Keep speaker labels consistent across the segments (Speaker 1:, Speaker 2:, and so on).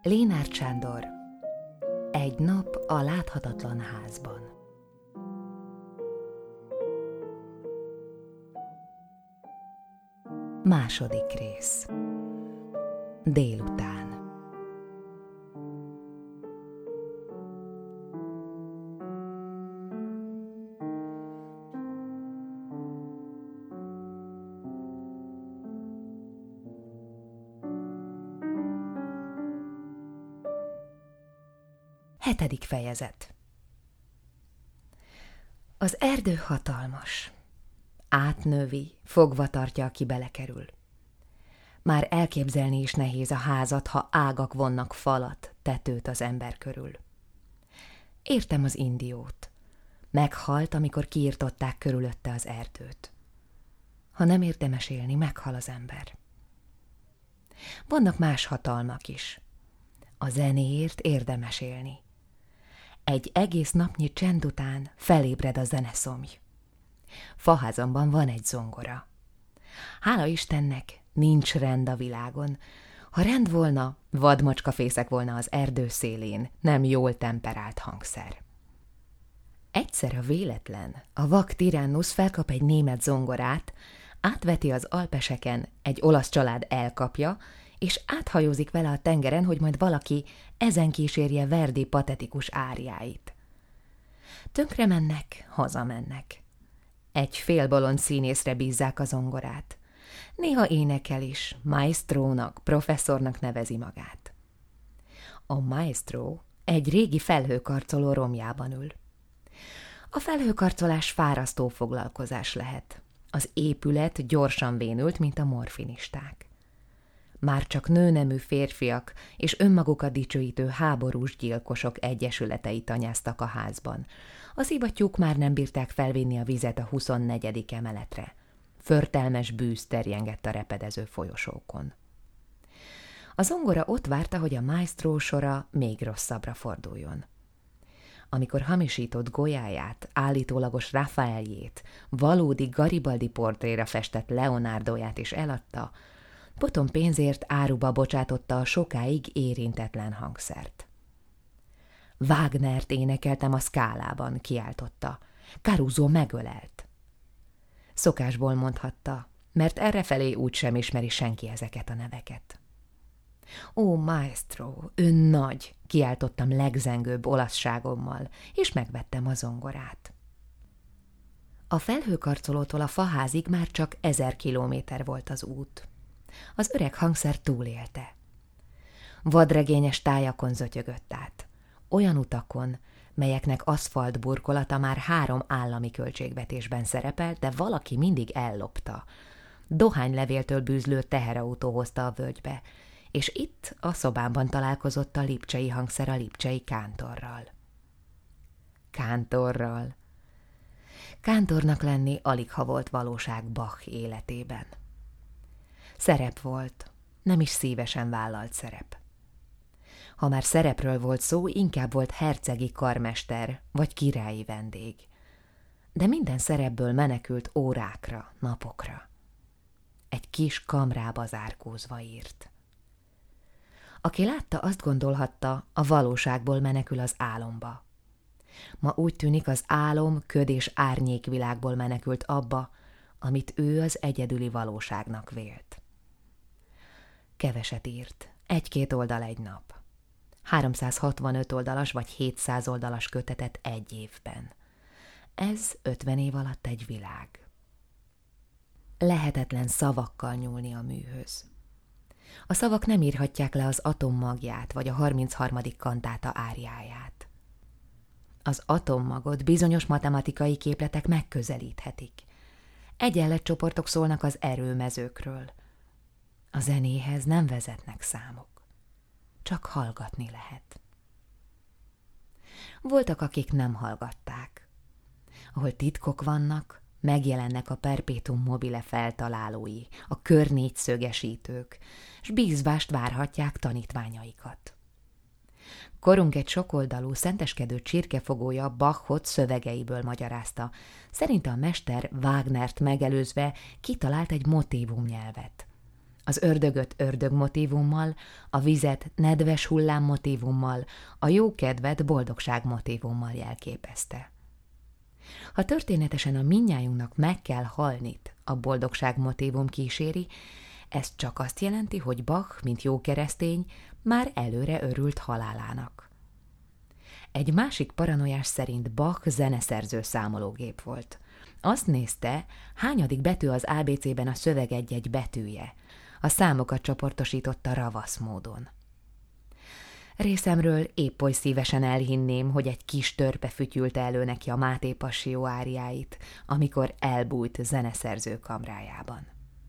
Speaker 1: Lénárd Sándor. Egy nap a láthatatlan házban. Második rész. Délután. Hetedik fejezet. Az erdő hatalmas. Átnövi, fogva tartja, aki belekerül. Már elképzelni is nehéz a házat, ha ágak vonnak falat, tetőt az ember körül. Értem az indiót. Meghalt, amikor kiirtották körülötte az erdőt. Ha nem érdemes élni, meghal az ember. Vannak más hatalmak is. A zenéért érdemes élni. Egy egész napnyi csend után felébred a zeneszomj. Faházamban van egy zongora. Hála Istennek, nincs rend a világon. Ha rend volna, vadmacskafészek volna az erdő szélén, nem jól temperált hangszer. Egyszer a véletlen, a vak Tyrannus felkap egy német zongorát, átveti az Alpeseken, egy olasz család elkapja, és áthajózik vele a tengeren, hogy majd valaki ezen kísérje Verdi patetikus áriáit. Tönkre mennek, hazamennek. Egy félbolond színészre bízzák a zongorát. Néha énekel is, maestrónak, professzornak nevezi magát. A maestro egy régi felhőkarcoló romjában ül. A felhőkarcolás fárasztó foglalkozás lehet. Az épület gyorsan bénült, mint a morfinisták. Már csak nőnemű férfiak és önmagukat dicsőítő háborús gyilkosok egyesületei tanyáztak a házban. A szivattyúk már nem bírták felvinni a vizet a 24. emeletre. Förtelmes bűz terjengett a repedező folyosókon. A zongora ott várta, hogy a maestro sora még rosszabbra forduljon. Amikor hamisított golyáját, állítólagos Raffaeljét, valódi Garibaldi portréra festett Leonardóját is eladta, potom pénzért áruba bocsátotta a sokáig érintetlen hangszert. Wagnert énekeltem a Scálában, kiáltotta. Caruso megölelt. Szokásból mondhatta, mert errefelé úgysem ismeri senki ezeket a neveket. Ó, maestro, ön nagy, kiáltottam legzengőbb olaszságommal, és megvettem a zongorát. A felhőkarcolótól a faházig már csak 1000 kilométer volt az út. Az öreg hangszer túlélte. Vadregényes tájakon zötyögött át. Olyan utakon, melyeknek aszfalt burkolata már 3 állami költségvetésben szerepelt, de valaki mindig ellopta. Dohánylevéltől bűzlő teherautó hozta a völgybe, és itt a szobában találkozott a lipcsei hangszer a lipcsei kántorral. Kántornak lenni aligha volt valóság Bach életében. Szerep volt, nem is szívesen vállalt szerep. Ha már szerepről volt szó, inkább volt hercegi karmester vagy királyi vendég. De minden szerepből menekült órákra, napokra. Egy kis kamrába zárkózva írt. Aki látta, azt gondolhatta, a valóságból menekül az álomba. Ma úgy tűnik, az álom, köd és árnyékvilágból menekült abba, amit ő az egyedüli valóságnak vélt. Keveset írt, 1-2 oldal egy nap. 365 oldalas vagy 700 oldalas kötetet egy évben. Ez 50 év alatt egy világ. Lehetetlen szavakkal nyúlni a műhöz. A szavak nem írhatják le az atommagját vagy a 33. kantáta áriáját. Az atommagot bizonyos matematikai képletek megközelíthetik. Egyenletcsoportok szólnak az erőmezőkről. A zenéhez nem vezetnek számok. Csak hallgatni lehet. Voltak, akik nem hallgatták. Ahol titkok vannak, megjelennek a perpetuum mobile feltalálói, a körnégyszögesítők, s bízvást várhatják tanítványaikat. Korunk egy sokoldalú, szenteskedő csirkefogója Bachot szövegeiből magyarázta. Szerinte a mester Wagnert megelőzve kitalált egy motívumnyelvet. Az ördögöt ördög motívummal, a vizet nedves hullám motívummal, a jókedvet boldogság motívummal jelképezte. Ha történetesen a mindnyájunknak meg kell halnit a boldogság motívum kíséri, ez csak azt jelenti, hogy Bach, mint jó keresztény, már előre örült halálának. Egy másik paranoiás szerint Bach zeneszerző számológép volt. Azt nézte, hányadik betű az ABC-ben a szöveg egy-egy betűje. A számokat csoportosította ravasz módon. Részemről épp oly szívesen elhinném, hogy egy kis törpe fütyülte elő neki a Máté Passió áriáit, amikor elbújt zeneszerző kamrájában.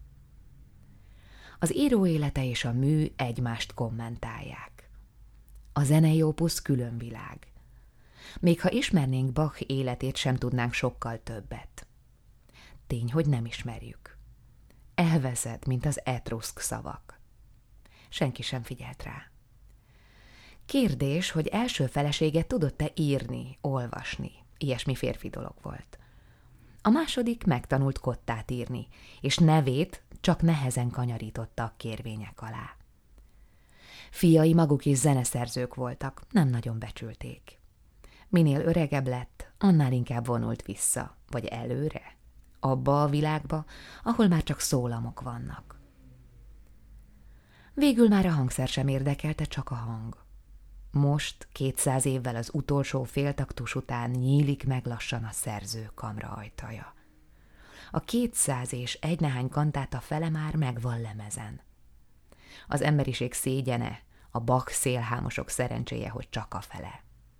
Speaker 1: Az író élete és a mű egymást kommentálják. A zenei opusz külön világ. Még ha ismernénk Bach életét, sem tudnánk sokkal többet. Tény, hogy nem ismerjük. Elveszett, mint az etruszk szavak. Senki sem figyelt rá. Kérdés, hogy első felesége tudott-e írni, olvasni. Ilyesmi férfi dolog volt. A második megtanult kottát írni, és nevét csak nehezen kanyarította a kérvények alá. Fiai maguk is zeneszerzők voltak, nem nagyon becsülték. Minél öregebb lett, annál inkább vonult vissza, vagy előre, abba a világba, ahol már csak szólamok vannak. Végül már a hangszer sem érdekelte, csak a hang. Most, 200 évvel az utolsó féltaktus után nyílik meg lassan a szerző kamra ajtaja. A 200 és egy nehány kantáta fele már megvan lemezen. Az emberiség szégyene, a Bach szélhámosok szerencséje, hogy csak a fele.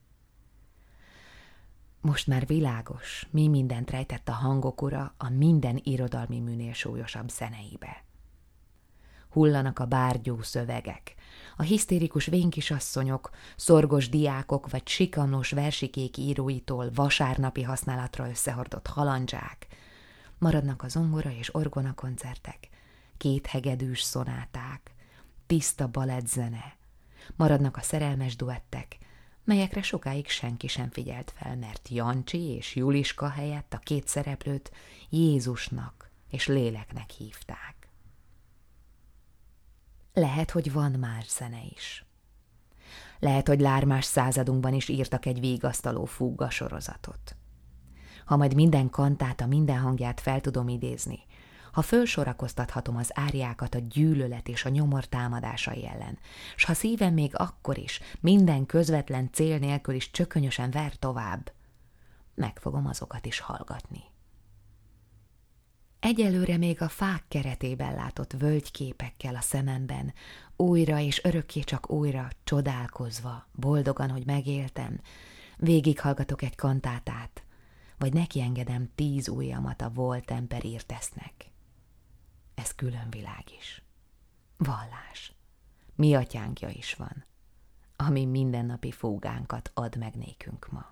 Speaker 1: Most már világos, mi mindent rejtett a hangok ura a minden irodalmi műnél súlyosabb zeneibe. Hullanak a bárgyú szövegek, a hisztérikus vénkisasszonyok, szorgos diákok vagy sikamlós versikék íróitól vasárnapi használatra összehordott halandzsák, maradnak a zongora és orgona koncertek, kéthegedűs szonáták, tiszta balettzene, maradnak a szerelmes duettek, melyekre sokáig senki sem figyelt fel, mert Jancsi és Juliska helyett a két szereplőt Jézusnak és léleknek hívták. Lehet, hogy van más zene is. Lehet, hogy lármás századunkban is írtak egy vigasztaló fúga sorozatot. Ha majd minden kantáta, minden hangját fel tudom idézni, ha fölsorakoztathatom az áriákat a gyűlölet és a nyomor támadásai ellen, s ha szívem még akkor is, minden közvetlen cél nélkül is csökönyösen ver tovább, meg fogom azokat is hallgatni. Egyelőre még a fák keretében látott völgyképekkel a szememben, újra és örökké csak újra, csodálkozva, boldogan, hogy megéltem, végighallgatok egy kantátát, vagy nekiengedem 10 ujjamat a volt ember írtesznek. Ez külön világ is. Vallás. Mi atyánkja is van, ami mindennapi fúgánkat ad meg nékünk ma.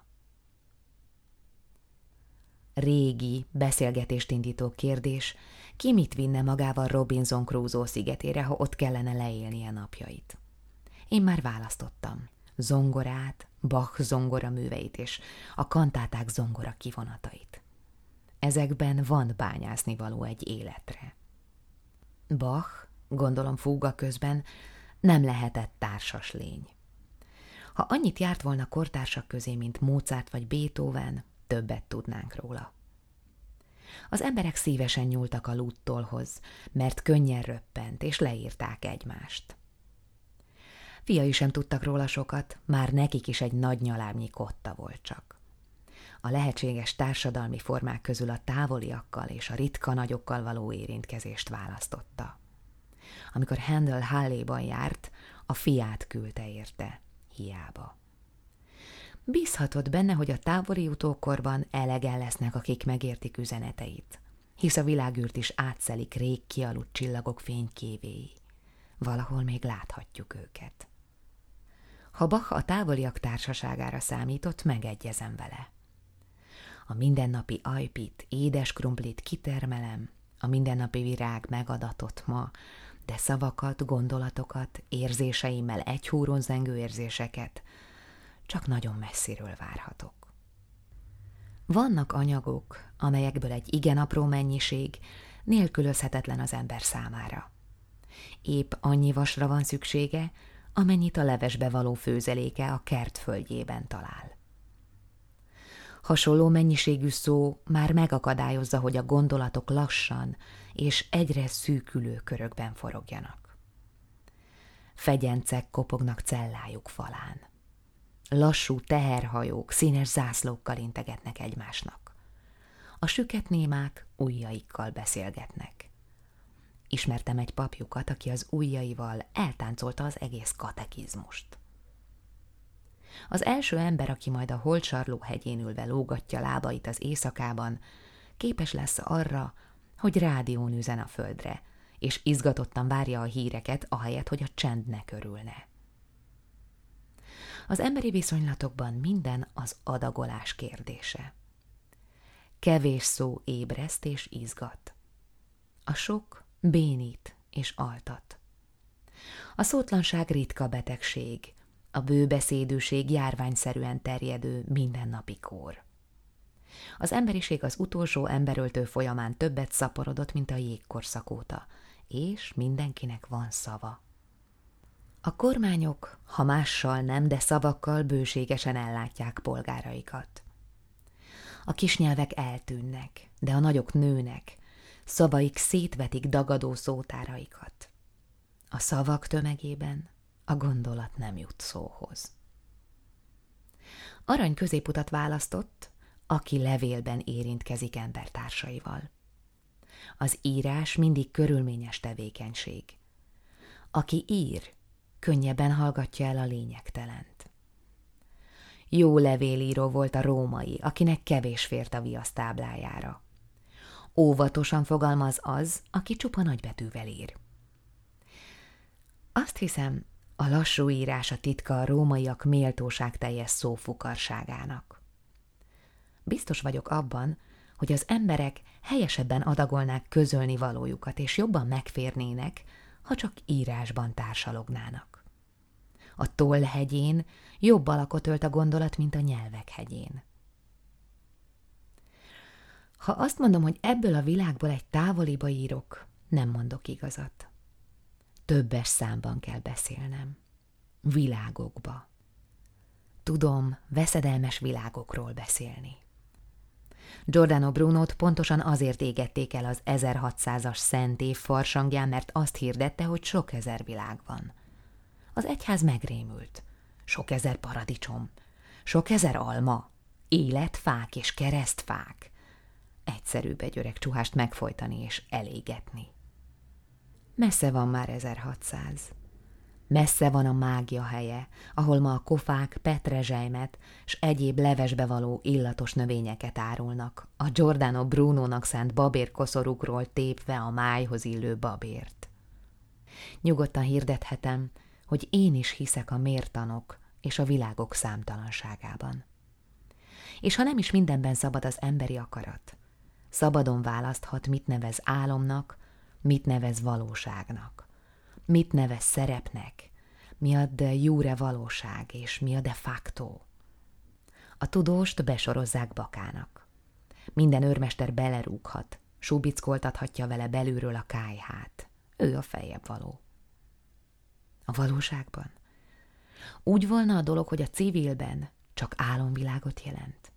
Speaker 1: Régi, beszélgetést indító kérdés, ki mit vinne magával Robinson Crusoe szigetére, ha ott kellene leélnie napjait. Én már választottam. Zongorát, Bach zongora műveit és a kantáták zongora kivonatait. Ezekben van bányászni-való egy életre. Bach, gondolom fúga közben, nem lehetett társas lény. Ha annyit járt volna kortársak közé, mint Mozart vagy Beethoven, többet tudnánk róla. Az emberek szívesen nyúltak a lúttolhoz, mert könnyen röppent, és leírták egymást. Fiai sem tudtak róla sokat, már nekik is egy nagy nyalábnyi kotta volt csak. A lehetséges társadalmi formák közül a távoliakkal és a ritka nagyokkal való érintkezést választotta. Amikor Handel Halléban járt, a fiát küldte érte, hiába. Bízhatott benne, hogy a távoli utókorban elegen lesznek, akik megértik üzeneteit, hisz a világűrt is átszelik rég kialudt csillagok fénykévéi. Valahol még láthatjuk őket. Ha Bach a távoliak társaságára számított, megegyezem vele. A mindennapi ajpit, édes krumplit kitermelem, a mindennapi virág megadatott ma, de szavakat, gondolatokat, érzéseimmel egy húron zengő érzéseket csak nagyon messziről várhatok. Vannak anyagok, amelyekből egy igen apró mennyiség nélkülözhetetlen az ember számára. Épp annyi vasra van szüksége, amennyit a levesbe való főzeléke a kert földjében talál. Hasonló mennyiségű szó már megakadályozza, hogy a gondolatok lassan és egyre szűkülő körökben forogjanak. Fegyencek kopognak cellájuk falán. Lassú teherhajók színes zászlókkal integetnek egymásnak. A süket némák ujjaikkal beszélgetnek. Ismertem egy papjukat, aki az ujjaival eltáncolta az egész katekizmust. Az első ember, aki majd a Holtsarló hegyén ülve lógatja lábait az éjszakában, képes lesz arra, hogy rádión üzen a földre, és izgatottan várja a híreket, ahelyett, hogy a csendnek örülne. Az emberi viszonylatokban minden az adagolás kérdése. Kevés szó ébreszt és izgat. A sok bénít és altat. A szótlanság ritka betegség, a bőbeszédűség járványszerűen terjedő mindennapi kór. Az emberiség az utolsó emberöltő folyamán többet szaporodott, mint a jégkorszak óta, és mindenkinek van szava. A kormányok, ha mással nem, de szavakkal bőségesen ellátják polgáraikat. A kisnyelvek eltűnnek, de a nagyok nőnek, szavaik szétvetik dagadó szótáraikat. A szavak tömegében a gondolat nem jut szóhoz. Arany középutat választott, aki levélben érintkezik embertársaival. Az írás mindig körülményes tevékenység. Aki ír, könnyebben hallgatja el a lényegtelent. Jó levélíró volt a római, akinek kevés fért a viasztáblájára. Óvatosan fogalmaz az, aki csupa nagybetűvel ír. Azt hiszem, a lassú írás a titka a rómaiak méltóságteljes szófukarságának. Biztos vagyok abban, hogy az emberek helyesebben adagolnák közölni valójukat, és jobban megférnének, ha csak írásban társalognának. A toll hegyén jobb alakot ölt a gondolat, mint a nyelvek hegyén. Ha azt mondom, hogy ebből a világból egy távoliba írok, nem mondok igazat. Többes számban kell beszélnem. Világokba. Tudom veszedelmes világokról beszélni. Giordano Brunót pontosan azért égették el az 1600-as szent év farsangján, mert azt hirdette, hogy sok ezer világ van. Az egyház megrémült. Sok ezer paradicsom, sok ezer alma, életfák és keresztfák. Egyszerűbb egy öreg csuhást megfojtani és elégetni. Messze van már 1600. Messze van a mágia helye, ahol ma a kofák petrezselymet s egyéb levesbe való illatos növényeket árulnak, a Giordano Brunónak szánt babérkoszorukról tépve a májhoz illő babért. Nyugodtan hirdethetem, hogy én is hiszek a mértanok és a világok számtalanságában. És ha nem is mindenben szabad az emberi akarat, szabadon választhat, mit nevez álomnak, mit nevez valóságnak, mit nevez szerepnek, mi a de jure valóság, és mi a de facto. A tudóst besorozzák bakának. Minden őrmester belerúghat, subickoltathatja vele belülről a kályhát. Ő a feljebb való. A valóságban? Úgy volna a dolog, hogy a civilben csak álomvilágot jelent.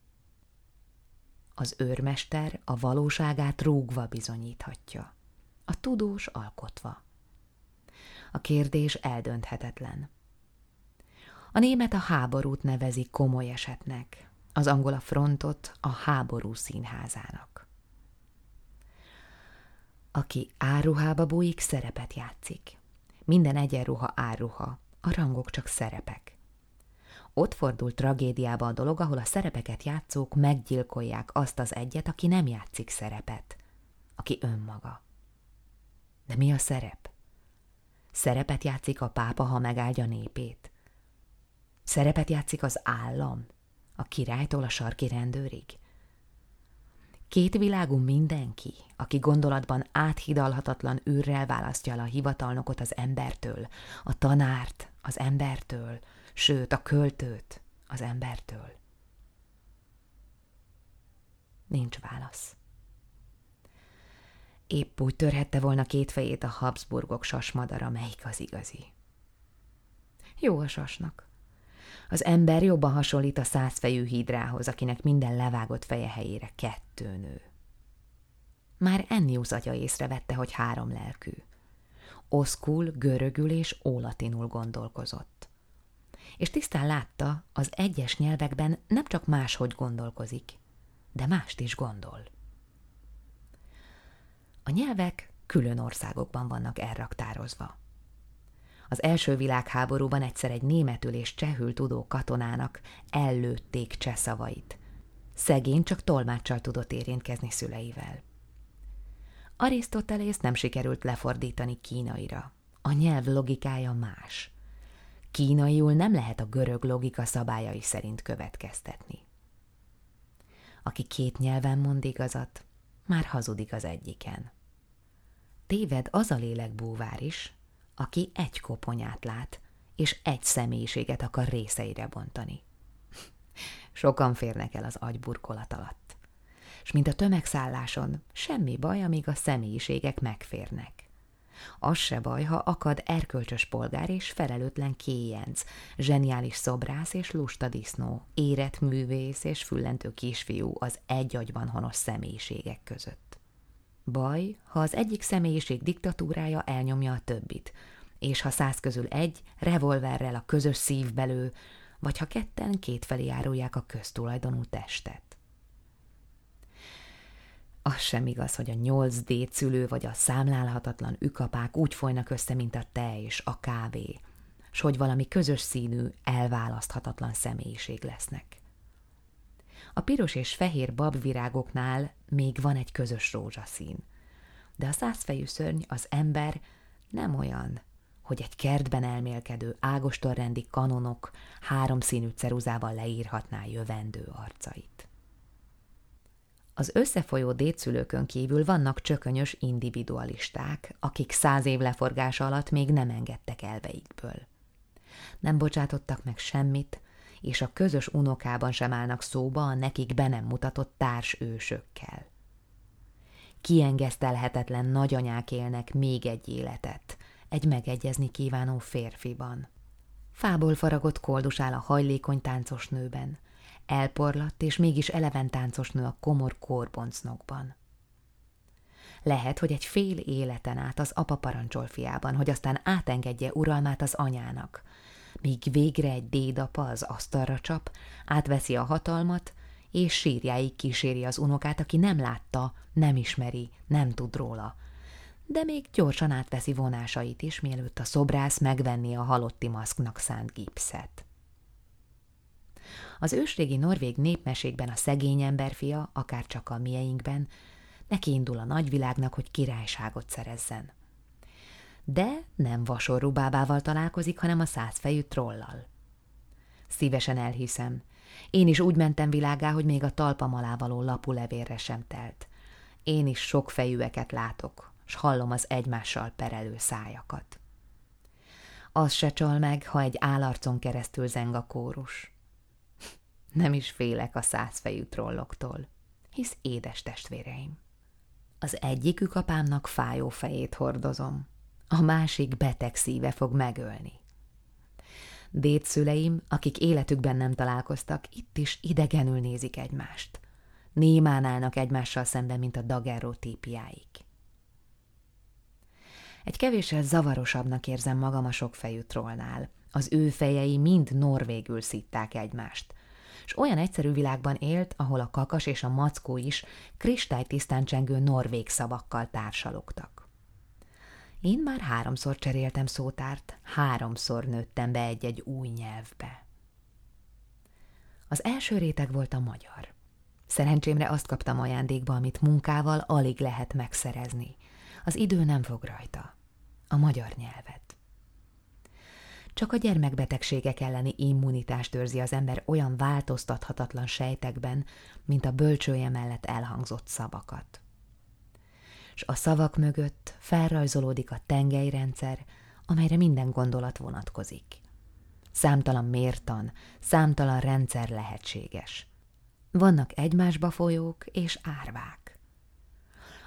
Speaker 1: Az őrmester a valóságát rúgva bizonyíthatja, a tudós alkotva. A kérdés eldönthetetlen. A német a háborút nevezi komoly esetnek, az angol a frontot a háború színházának. Aki árruhába bújik, szerepet játszik. Minden egyenruha árruha, a rangok csak szerepek. Ott fordul tragédiába a dolog, ahol a szerepeket játszók meggyilkolják azt az egyet, aki nem játszik szerepet, aki önmaga. De mi a szerep? Szerepet játszik a pápa, ha megáldja népét. Szerepet játszik az állam, a királytól a sarki rendőrig. Kétvilágú mindenki, aki gondolatban áthidalhatatlan űrrel választja el a hivatalnokot az embertől, a tanárt az embertől, sőt a költőt az embertől. Nincs válasz. Épp úgy törhette volna két fejét a Habsburgok sasmadara, melyik az igazi. Jó a sasnak. Az ember jobban hasonlít a 100 fejű hidrához, akinek minden levágott feje helyére 2 nő. Már Ennius atya észrevette, hogy 3 lelkű. Oszkul, görögül és ólatinul gondolkozott. És tisztán látta, az egyes nyelvekben nem csak máshogy gondolkozik, de mást is gondol. A nyelvek külön országokban vannak elraktározva. Az első világháborúban egyszer egy németül és csehül tudó katonának ellőtték cseh szavait. Szegény csak tolmáccsal tudott érintkezni szüleivel. Arisztotelészt nem sikerült lefordítani kínaira. A nyelv logikája más. Kínaiul nem lehet a görög logika szabályai szerint következtetni. Aki 2 nyelven mond igazat, már hazudik az egyiken. Téved az a lélekbúvár is, aki egy koponyát lát, és egy személyiséget akar részeire bontani. Sokan férnek el az agyburkolat alatt. S mint a tömegszálláson, semmi baj, amíg a személyiségek megférnek. Az se baj, ha akad erkölcsös polgár és felelőtlen kéjenc, zseniális szobrász és lusta disznó, érett művész és füllentő kisfiú az egy agyban honos személyiségek között. Baj, ha az egyik személyiség diktatúrája elnyomja a többit, és ha 100 közül 1 revolverrel a közös szívbe lő, vagy ha 2 kétfelé árulják a köztulajdonú testet. Az sem igaz, hogy a 8 dédszülő vagy a számlálhatatlan ükapák úgy folynak össze, mint a tej és a kávé, s hogy valami közös színű, elválaszthatatlan személyiség lesznek. A piros és fehér babvirágoknál még van egy közös rózsaszín, de a 100 fejű szörny, az ember nem olyan, hogy egy kertben elmélkedő ágostorrendi kanonok 3 színű ceruzával leírhatná jövendő arcait. Az összefolyó dédszülőkön kívül vannak csökönyös individualisták, akik 100 év leforgása alatt még nem engedtek elveikből. Nem bocsátottak meg semmit, és a közös unokában sem állnak szóba a nekik be nem mutatott társősökkel. Kiengesztelhetetlen nagyanyák élnek még egy életet, egy megegyezni kívánó férfiban. Fából faragott koldus áll a hajlékony táncosnőben, elporlatt és mégis eleven táncosnő a komor kórboncnokban. Lehet, hogy egy fél életen át az apa parancsol fiában, hogy aztán átengedje uralmát az anyának, míg végre egy dédapa az asztalra csap, átveszi a hatalmat, és sírjáig kíséri az unokát, aki nem látta, nem ismeri, nem tud róla, de még gyorsan átveszi vonásait is, mielőtt a szobrász megvenni a halotti maszknak szánt gipszet. Az ősrégi norvég népmesékben a szegény emberfia, akárcsak a mieinkben, neki indul a nagyvilágnak, hogy királyságot szerezzen. De nem vasorrubábával találkozik, hanem a 100 fejű trollal. Szívesen elhiszem, én is úgy mentem világá, hogy még a talpam alá való lapulevérre sem telt. Én is sok fejűeket látok, s hallom az egymással perelő szájakat. Az se csal meg, ha egy állarcon keresztül zeng a kórus. Nem is félek a 100 fejű trolloktól, hisz édes testvéreim. Az egyikük apámnak fájó fejét hordozom, a másik beteg szíve fog megölni. Dédszüleim, akik életükben nem találkoztak, itt is idegenül nézik egymást. Némán állnak egymással szemben, mint a daguerreotípiáik. Egy kevéssel zavarosabbnak érzem magam a sokfejű trollnál. Az ő fejei mind norvégül szitták egymást, s olyan egyszerű világban élt, ahol a kakas és a mackó is kristálytisztán csengő norvég szavakkal társalogtak. Én már 3-szor cseréltem szótárt, 3-szor nőttem be egy-egy új nyelvbe. Az első réteg volt a magyar. Szerencsémre azt kaptam ajándékba, amit munkával alig lehet megszerezni. Az idő nem fog rajta. A magyar nyelvet. Csak a gyermekbetegségek elleni immunitást őrzi az ember olyan változtathatatlan sejtekben, mint a bölcsője mellett elhangzott szavakat. S a szavak mögött felrajzolódik a tengelyrendszer, amelyre minden gondolat vonatkozik. Számtalan mértan, számtalan rendszer lehetséges. Vannak egymásba folyók és árvák.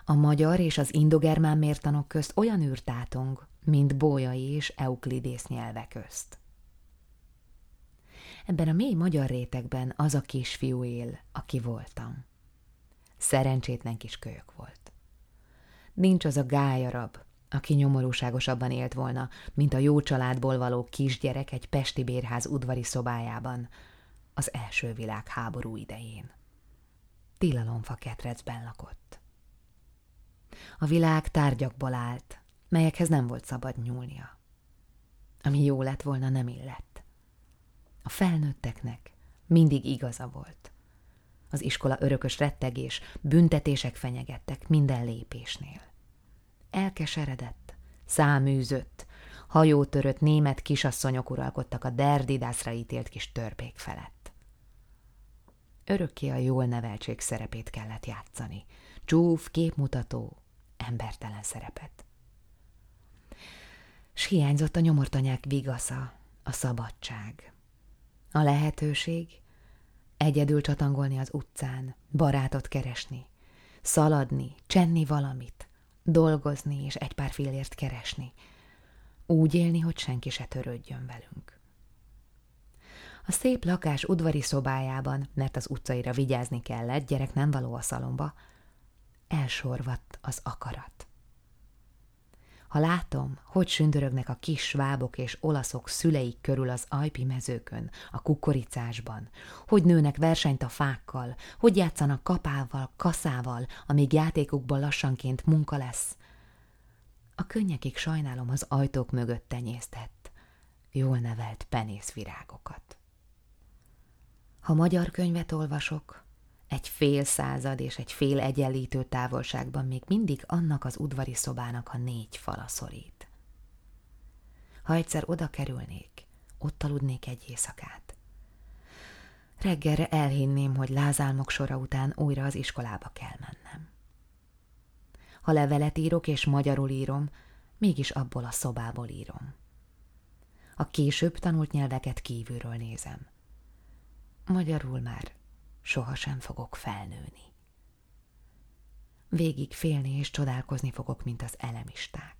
Speaker 1: A magyar és az indogermán mértanok közt olyan űr tátong, mint Bolyai és Euklidész nyelve közt. Ebben a mély magyar rétegben az a kisfiú él, aki voltam. Szerencsétlen kis kölyök volt. Nincs az a gályarab, aki nyomorúságosabban élt volna, mint a jó családból való kisgyerek egy pesti bérház udvari szobájában az első világháború idején. Tilalomfa ketrecben lakott. A világ tárgyakból állt, melyekhez nem volt szabad nyúlnia. Ami jó lett volna, nem illett. A felnőtteknek mindig igaza volt. Az iskola örökös rettegés, büntetések fenyegettek minden lépésnél. Elkeseredett, száműzött, hajótörött német kisasszonyok uralkodtak a derdidászra ítélt kis törpék felett. Örökké a jól neveltség szerepét kellett játszani, csúf, képmutató, embertelen szerepet. S hiányzott a nyomortanyák vigasza, a szabadság. A lehetőség egyedül csatangolni az utcán, barátot keresni, szaladni, csenni valamit, dolgozni és egy pár fillért keresni, úgy élni, hogy senki se törődjön velünk. A szép lakás udvari szobájában, mert az utcaira vigyázni kellett, gyerek nem való a szalomba, elsorvadt az akarat. Ha látom, hogy sündörögnek a kis svábok és olaszok szüleik körül az ajpi mezőkön, a kukoricásban, hogy nőnek versenyt a fákkal, hogy játszanak kapával, kaszával, amíg játékukból lassanként munka lesz, a könnyekig sajnálom az ajtók mögött tenyésztett, jól nevelt penészvirágokat. Ha magyar könyvet olvasok, egy fél század és egy fél egyenlítő távolságban még mindig annak az udvari szobának a 4 fala szorít. Ha egyszer oda kerülnék, ott aludnék egy éjszakát. Reggelre elhinném, hogy lázálmok sora után újra az iskolába kell mennem. Ha levelet írok és magyarul írom, mégis abból a szobából írom. A később tanult nyelveket kívülről nézem. Magyarul már sohasem fogok felnőni. Végig félni és csodálkozni fogok, mint az elemisták.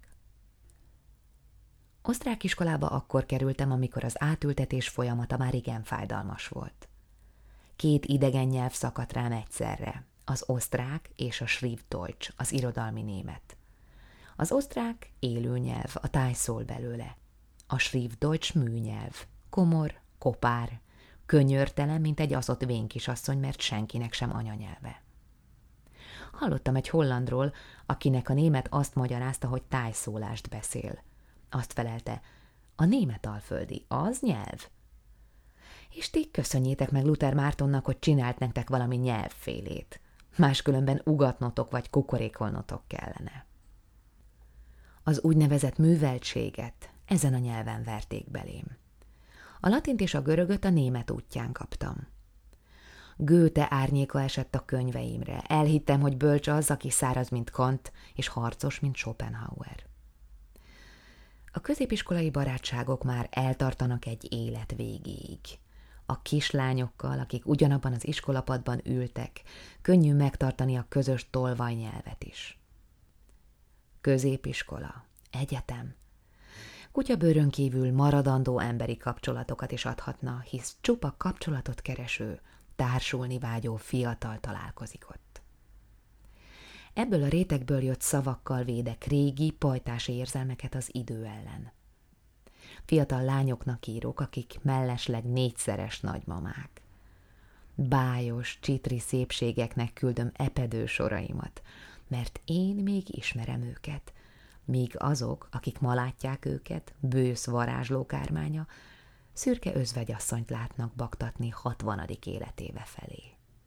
Speaker 1: Osztrák iskolába akkor kerültem, amikor az átültetés folyamata már igen fájdalmas volt. 2 idegen nyelv szakadt rám egyszerre, az osztrák és a Schriftdeutsch, az irodalmi német. Az osztrák élő nyelv, a táj szól belőle. A Schriftdeutsch műnyelv, komor, kopár, könyörtelen, mint egy aszott vénkisasszony, mert senkinek sem anyanyelve. Hallottam egy hollandról, akinek a német azt magyarázta, hogy tájszólást beszél. Azt felelte, a német alföldi, az nyelv? És ti köszönjétek meg Luther Mártonnak, hogy csinált nektek valami nyelvfélét. Máskülönben ugatnotok vagy kukorékolnotok kellene. Az úgynevezett műveltséget ezen a nyelven verték belém. A latint és a görögöt a német útján kaptam. Goethe árnyéka esett a könyveimre. Elhittem, hogy bölcs az, aki száraz, mint Kant, és harcos, mint Schopenhauer. A középiskolai barátságok már eltartanak egy élet végéig. A kislányokkal, akik ugyanabban az iskolapadban ültek, könnyű megtartani a közös tolvajnyelvet is. Középiskola, egyetem. Kutyabőrön kívül maradandó emberi kapcsolatokat is adhatna, hisz csupa kapcsolatot kereső, társulni vágyó fiatal találkozik ott. Ebből a rétegből jött szavakkal védek régi, pajtási érzelmeket az idő ellen. Fiatal lányoknak írok, akik mellesleg 4-szeres nagymamák. Bájos, csitri szépségeknek küldöm epedő soraimat, mert én még ismerem őket, míg azok, akik ma látják őket, bősz varázslókármánya, szürke özvegyasszonyt látnak baktatni 60. életéve felé.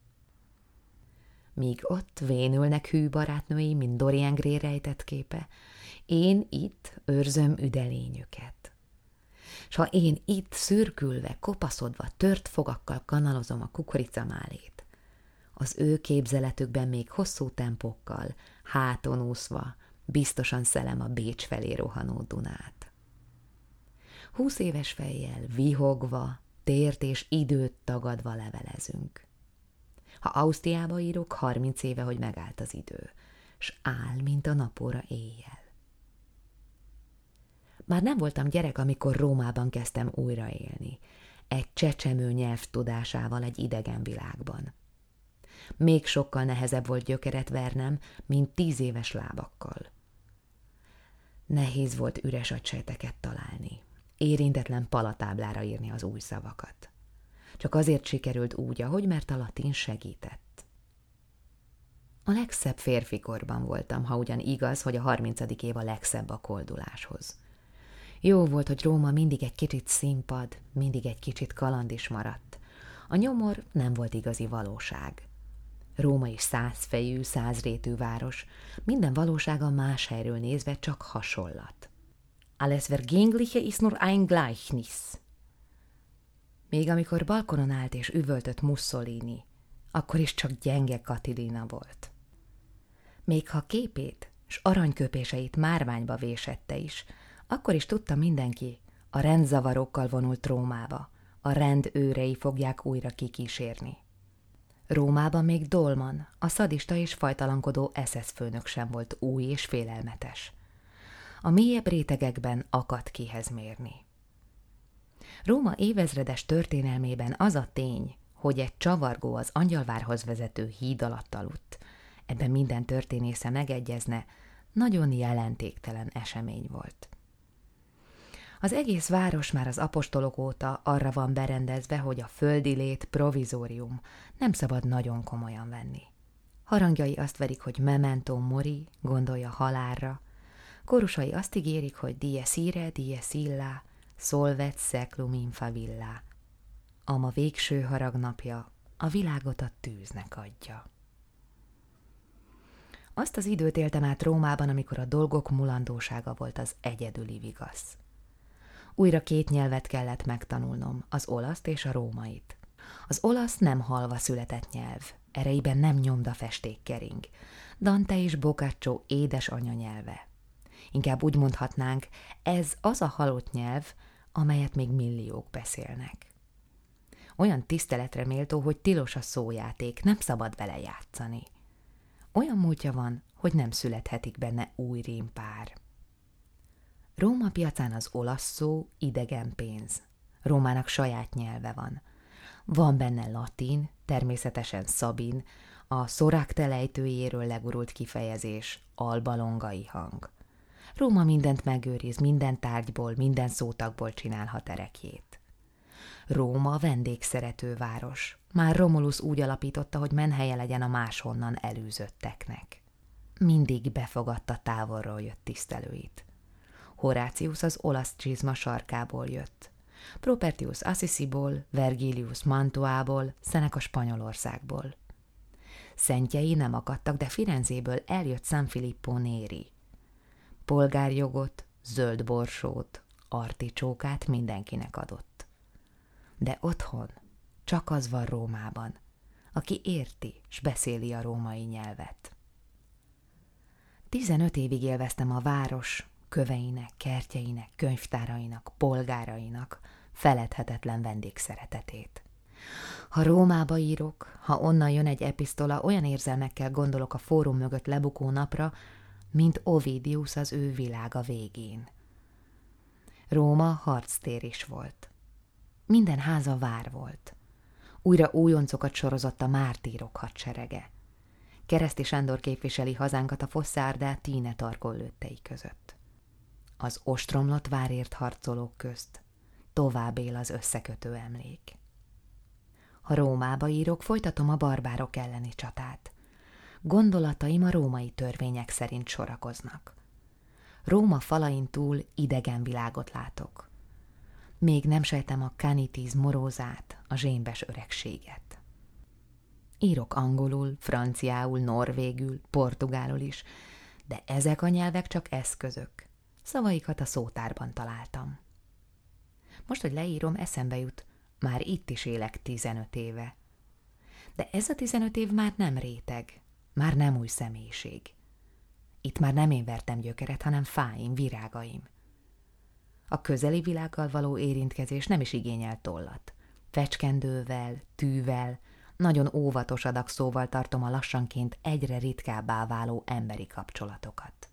Speaker 1: Míg ott vénülnek hű barátnői, mint Dorian Gray rejtett képe, én itt őrzöm üdelényüket. S ha én itt szürkülve, kopaszodva, tört fogakkal kanalozom a kukoricamálét, az ő képzeletükben még hosszú tempókkal, háton úszva, biztosan szelem a Bécs felé rohanó Dunát. 20 éves fejjel, vihogva, tért és időt tagadva levelezünk. Ha Ausztriába írok, 30 éve, hogy megállt az idő. s áll, mint a napóra éjjel. Már nem voltam gyerek, amikor Rómában kezdtem újra élni, egy csecsemő nyelv tudásával egy idegen világban. Még sokkal nehezebb volt gyökeret vernem, mint 10 éves lábakkal. Nehéz volt üres agysejteket találni, érintetlen palatáblára írni az új szavakat. Csak azért sikerült úgy, ahogy, mert a latin segített. A legszebb férfikorban voltam, ha ugyan igaz, hogy a 30. év a legszebb a kolduláshoz. Jó volt, hogy Róma mindig egy kicsit színpad, mindig egy kicsit kaland is maradt. A nyomor nem volt igazi valóság. Róma is 100 fejű, 100 rétű város, minden valósága más helyről nézve csak hasonlat. Alles Vergängliche ist nur ein Gleichnis. Még amikor balkonon állt és üvöltött Mussolini, akkor is csak gyenge Katilina volt. Még ha képét s aranyköpéseit márványba vésette is, akkor is tudta mindenki, a rendzavarókkal vonult Rómába, a rend őrei fogják újra kikísérni. Rómában még Dolman, a szadista és fajtalankodó SS főnök sem volt új és félelmetes. A mélyebb rétegekben akadt kihez mérni. Róma évezredes történelmében az a tény, hogy egy csavargó az Angyalvárhoz vezető híd alatt aludt, ebben minden történésze megegyezne, nagyon jelentéktelen esemény volt. Az egész város már az apostolok óta arra van berendezve, hogy a földi lét provizórium, nem szabad nagyon komolyan venni. Harangjai azt verik, hogy memento mori, gondolja halálra, kórusai azt ígérik, hogy dies irae, dies illa, solvet seclum in favilla. A ma végső haragnapja a világot a tűznek adja. Azt az időt éltem át Rómában, amikor a dolgok mulandósága volt az egyedüli vigasz. Újra 2 nyelvet kellett megtanulnom, az olaszt és a rómait. Az olasz nem halva született nyelv, ereiben nem nyomdafesték kering. Dante és Boccaccio édes anyanyelve. Inkább úgy mondhatnánk, ez az a halott nyelv, amelyet még milliók beszélnek. Olyan tiszteletre méltó, hogy tilos a szójáték, nem szabad vele játszani. Olyan múltja van, hogy nem születhetik benne új rímpár. Róma piacán az olasz szó idegen pénz. Rómának saját nyelve van. Van benne latin, természetesen szabin, a szorákte lejtőjéről legurult kifejezés, albalongai hang. Róma mindent megőriz, minden tárgyból, minden szótagból csinálhat erekjét. Róma vendégszerető város. Már Romulus úgy alapította, hogy menhelye legyen a máshonnan elűzötteknek. Mindig befogadta távolról jött tisztelőit. Horácius az olasz csizma sarkából jött. Propertius Assisiból, Vergilius Mantuából, Seneca Spanyolországból. Szentjei nem akadtak, de Firenzéből eljött San Filippo Neri. Polgárjogot, zöld borsót, articsókát mindenkinek adott. De otthon csak az van Rómában, aki érti s beszéli a római nyelvet. 15 évig élveztem a város köveinek, kertjeinek, könyvtárainak, polgárainak feledhetetlen vendégszeretetét. Ha Rómába írok, ha onnan jön egy episztola, olyan érzelmekkel gondolok a fórum mögött lebukó napra, mint Ovidius az ő világa végén. Róma harctér is volt. Minden háza vár volt. Újra újoncokat sorozott a mártírok hadserege. Kereszti Sándor képviseli hazánkat a Fossardá Tine Tarkó lőttei között. Az ostromlott várért harcolók közt tovább él az összekötő emlék. Ha Rómába írok, folytatom a barbárok elleni csatát. Gondolataim a római törvények szerint sorakoznak. Róma falain túl idegen világot látok. Még nem sejtem a canitis morózát, a zsémbes öregséget. Írok angolul, franciául, norvégül, portugálul is, de ezek a nyelvek csak eszközök. Szavaikat a szótárban találtam. Most, hogy leírom, eszembe jut, már itt is élek 15 éve. De ez a 15 év már nem réteg, már nem új személyiség. Itt már nem én vertem gyökeret, hanem fáim, virágaim. A közeli világgal való érintkezés nem is igényel tollat. Fecskendővel, tűvel, Nagyon óvatos adakszóval tartom a lassanként egyre ritkábbá váló emberi kapcsolatokat.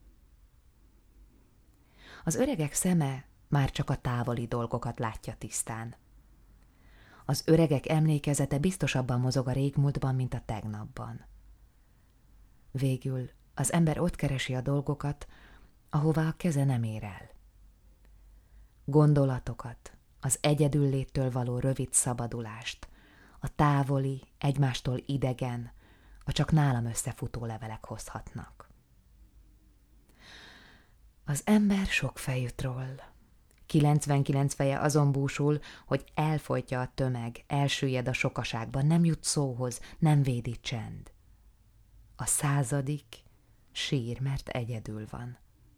Speaker 1: Az öregek szeme már csak a távoli dolgokat látja tisztán. Az öregek emlékezete biztosabban mozog a régmúltban, mint a tegnapban. Végül az ember ott keresi a dolgokat, ahová a keze nem ér el. Gondolatokat, az egyedülléttől való rövid szabadulást, a távoli, egymástól idegen, a csak nálam összefutó levelek hozhatnak. Az ember sok fejű troll. 99 feje azon búsul, hogy elfojtja a tömeg, elsüllyed a sokaságban, nem jut szóhoz, nem védi csend. A 100. sír, mert egyedül van.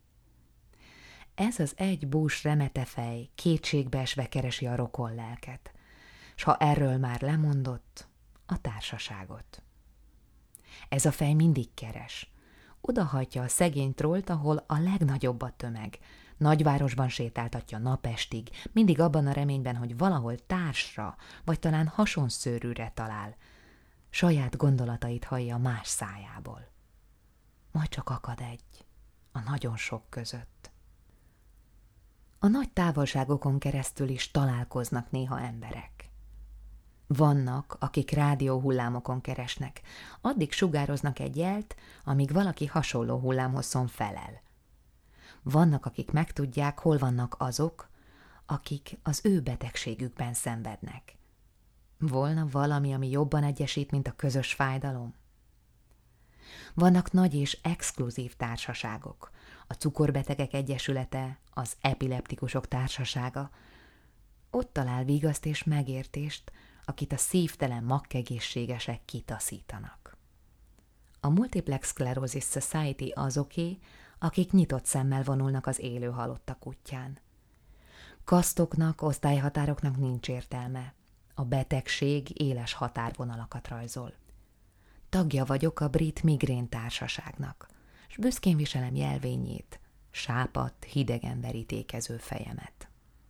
Speaker 1: Ez az egy bús remetefej kétségbeesve keresi a rokon lelket, s ha erről már lemondott, a társaságot. Ez a fej mindig keres. Odahajtja a szegény trollt, ahol a legnagyobb a tömeg. Nagyvárosban sétáltatja napestig, mindig abban a reményben, hogy valahol társra, vagy talán hasonszőrűre talál. Saját gondolatait hallja más szájából. Majd csak akad egy, a nagyon sok között. A nagy távolságokon keresztül is találkoznak néha emberek. Vannak, akik rádióhullámokon keresnek, addig sugároznak egy jelt, amíg valaki hasonló hullámhosszon felel. Vannak, akik megtudják, hol vannak azok, akik az ő betegségükben szenvednek. Volna valami, ami jobban egyesít, mint a közös fájdalom? Vannak nagy és exkluzív társaságok, a cukorbetegek egyesülete, az epileptikusok társasága. Ott talál vigaszt és megértést, akit a szívtelen makkegészségesek kitaszítanak. A Multiplex Sclerosis Society azoké, akik nyitott szemmel vonulnak az élő halottak útján. Kasztoknak, osztályhatároknak nincs értelme. A betegség éles határvonalakat rajzol. Tagja vagyok a Brit Migrén Társaságnak, s büszkén viselem jelvényét, sápadt, hidegen verítékező fejemet.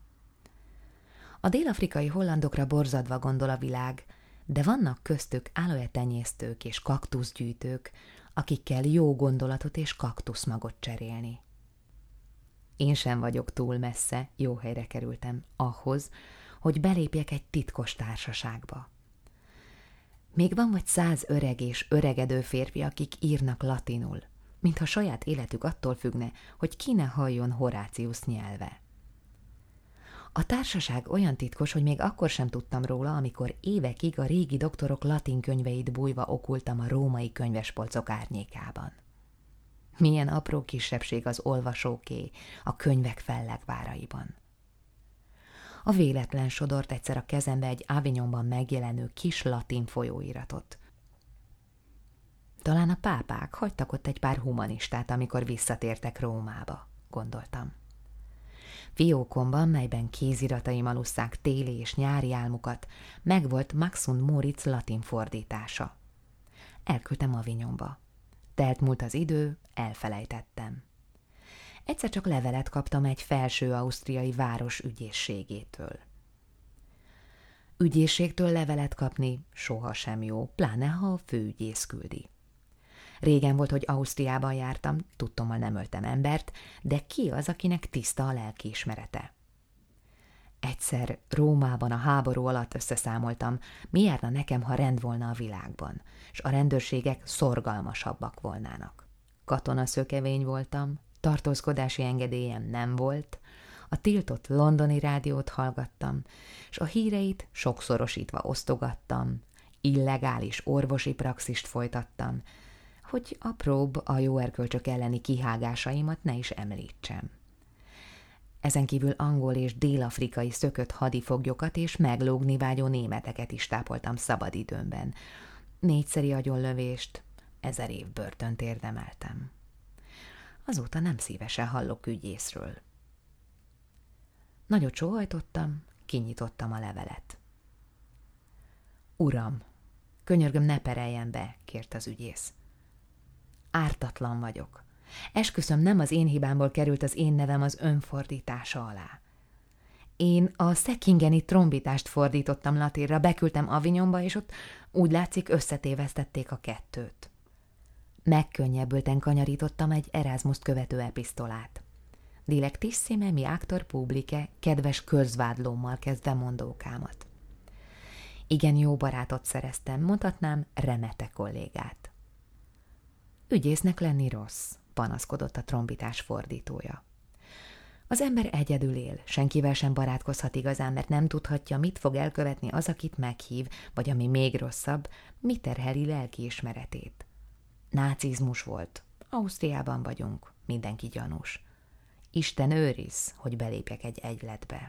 Speaker 1: A dél-afrikai hollandokra borzadva gondol a világ, de vannak köztük aloe-tenyésztők és kaktuszgyűjtők, akikkel jó gondolatot és kaktuszmagot cserélni. Én sem vagyok túl messze, jó helyre kerültem ahhoz, hogy belépjek egy titkos társaságba. Még van vagy 100 öreg és öregedő férfi, akik írnak latinul, mintha saját életük attól függne, hogy ki ne halljon Horáciusz nyelve. A társaság olyan titkos, hogy még akkor sem tudtam róla, amikor évekig a régi doktorok latin könyveit bújva okultam a római könyvespolcok árnyékában. Milyen apró kisebbség az olvasóké a könyvek fellegváraiban. A véletlen sodort egyszer a kezembe egy Avignonban megjelenő kis latin folyóiratot. Talán a pápák hagytak ott egy pár humanistát, amikor visszatértek Rómába, gondoltam. Fiókomban, melyben kézirataim alusszák téli és nyári álmukat, megvolt Max und Moritz latin fordítása. Elküldtem Avignonba. Telt múlt az idő, elfelejtettem. Egyszer csak levelet kaptam egy felső ausztriai város ügyészségétől. Ügyészségtől levelet kapni sohasem jó, pláne ha a főügyész küldi. Régen volt, hogy Ausztriában jártam, tudtommal nem öltem embert, de ki az, akinek tiszta a lelkiismerete? Egyszer Rómában a háború alatt összeszámoltam, mi járna nekem, ha rend volna a világban, s a rendőrségek szorgalmasabbak volnának. Katonaszökevény voltam, tartózkodási engedélyem nem volt, a tiltott londoni rádiót hallgattam, s a híreit sokszorosítva osztogattam, illegális orvosi praxist folytattam, hogy apróbb a jó erkölcsök elleni kihágásaimat ne is említsem. Ezen kívül angol és dél-afrikai szökött hadifoglyokat és meglógni vágyó németeket is tápoltam szabadidőmben. 4-szeri agyonlövést, 1000 év börtönt érdemeltem. Azóta nem szívesen hallok ügyészről. Nagyot sóhajtottam, kinyitottam a levelet. Uram, könyörgöm, ne pereljen be, kért az ügyész. Ártatlan vagyok. Esküszöm, nem az én hibámból került az én nevem az önfordítása alá. Én a Säckingeni trombitást fordítottam latinra, beküldtem Avignonba, és ott úgy látszik összetévesztették a kettőt. Megkönnyebbülten kanyarítottam egy Erasmust követő epistolát. Dilectissime mi actor publice, kedves közvádlómmal kezdve mondókámat. Igen jó barátot szereztem, mondhatnám remete kollégát. Ügyésznek lenni rossz, panaszkodott a trombitás fordítója. Az ember egyedül él, senkivel sem barátkozhat igazán, mert nem tudhatja, mit fog elkövetni az, akit meghív, vagy ami még rosszabb, mit terheli lelkiismeretét. Nácizmus volt. Ausztriában vagyunk, mindenki gyanús. Isten őriz, hogy belépjek egy egyletbe.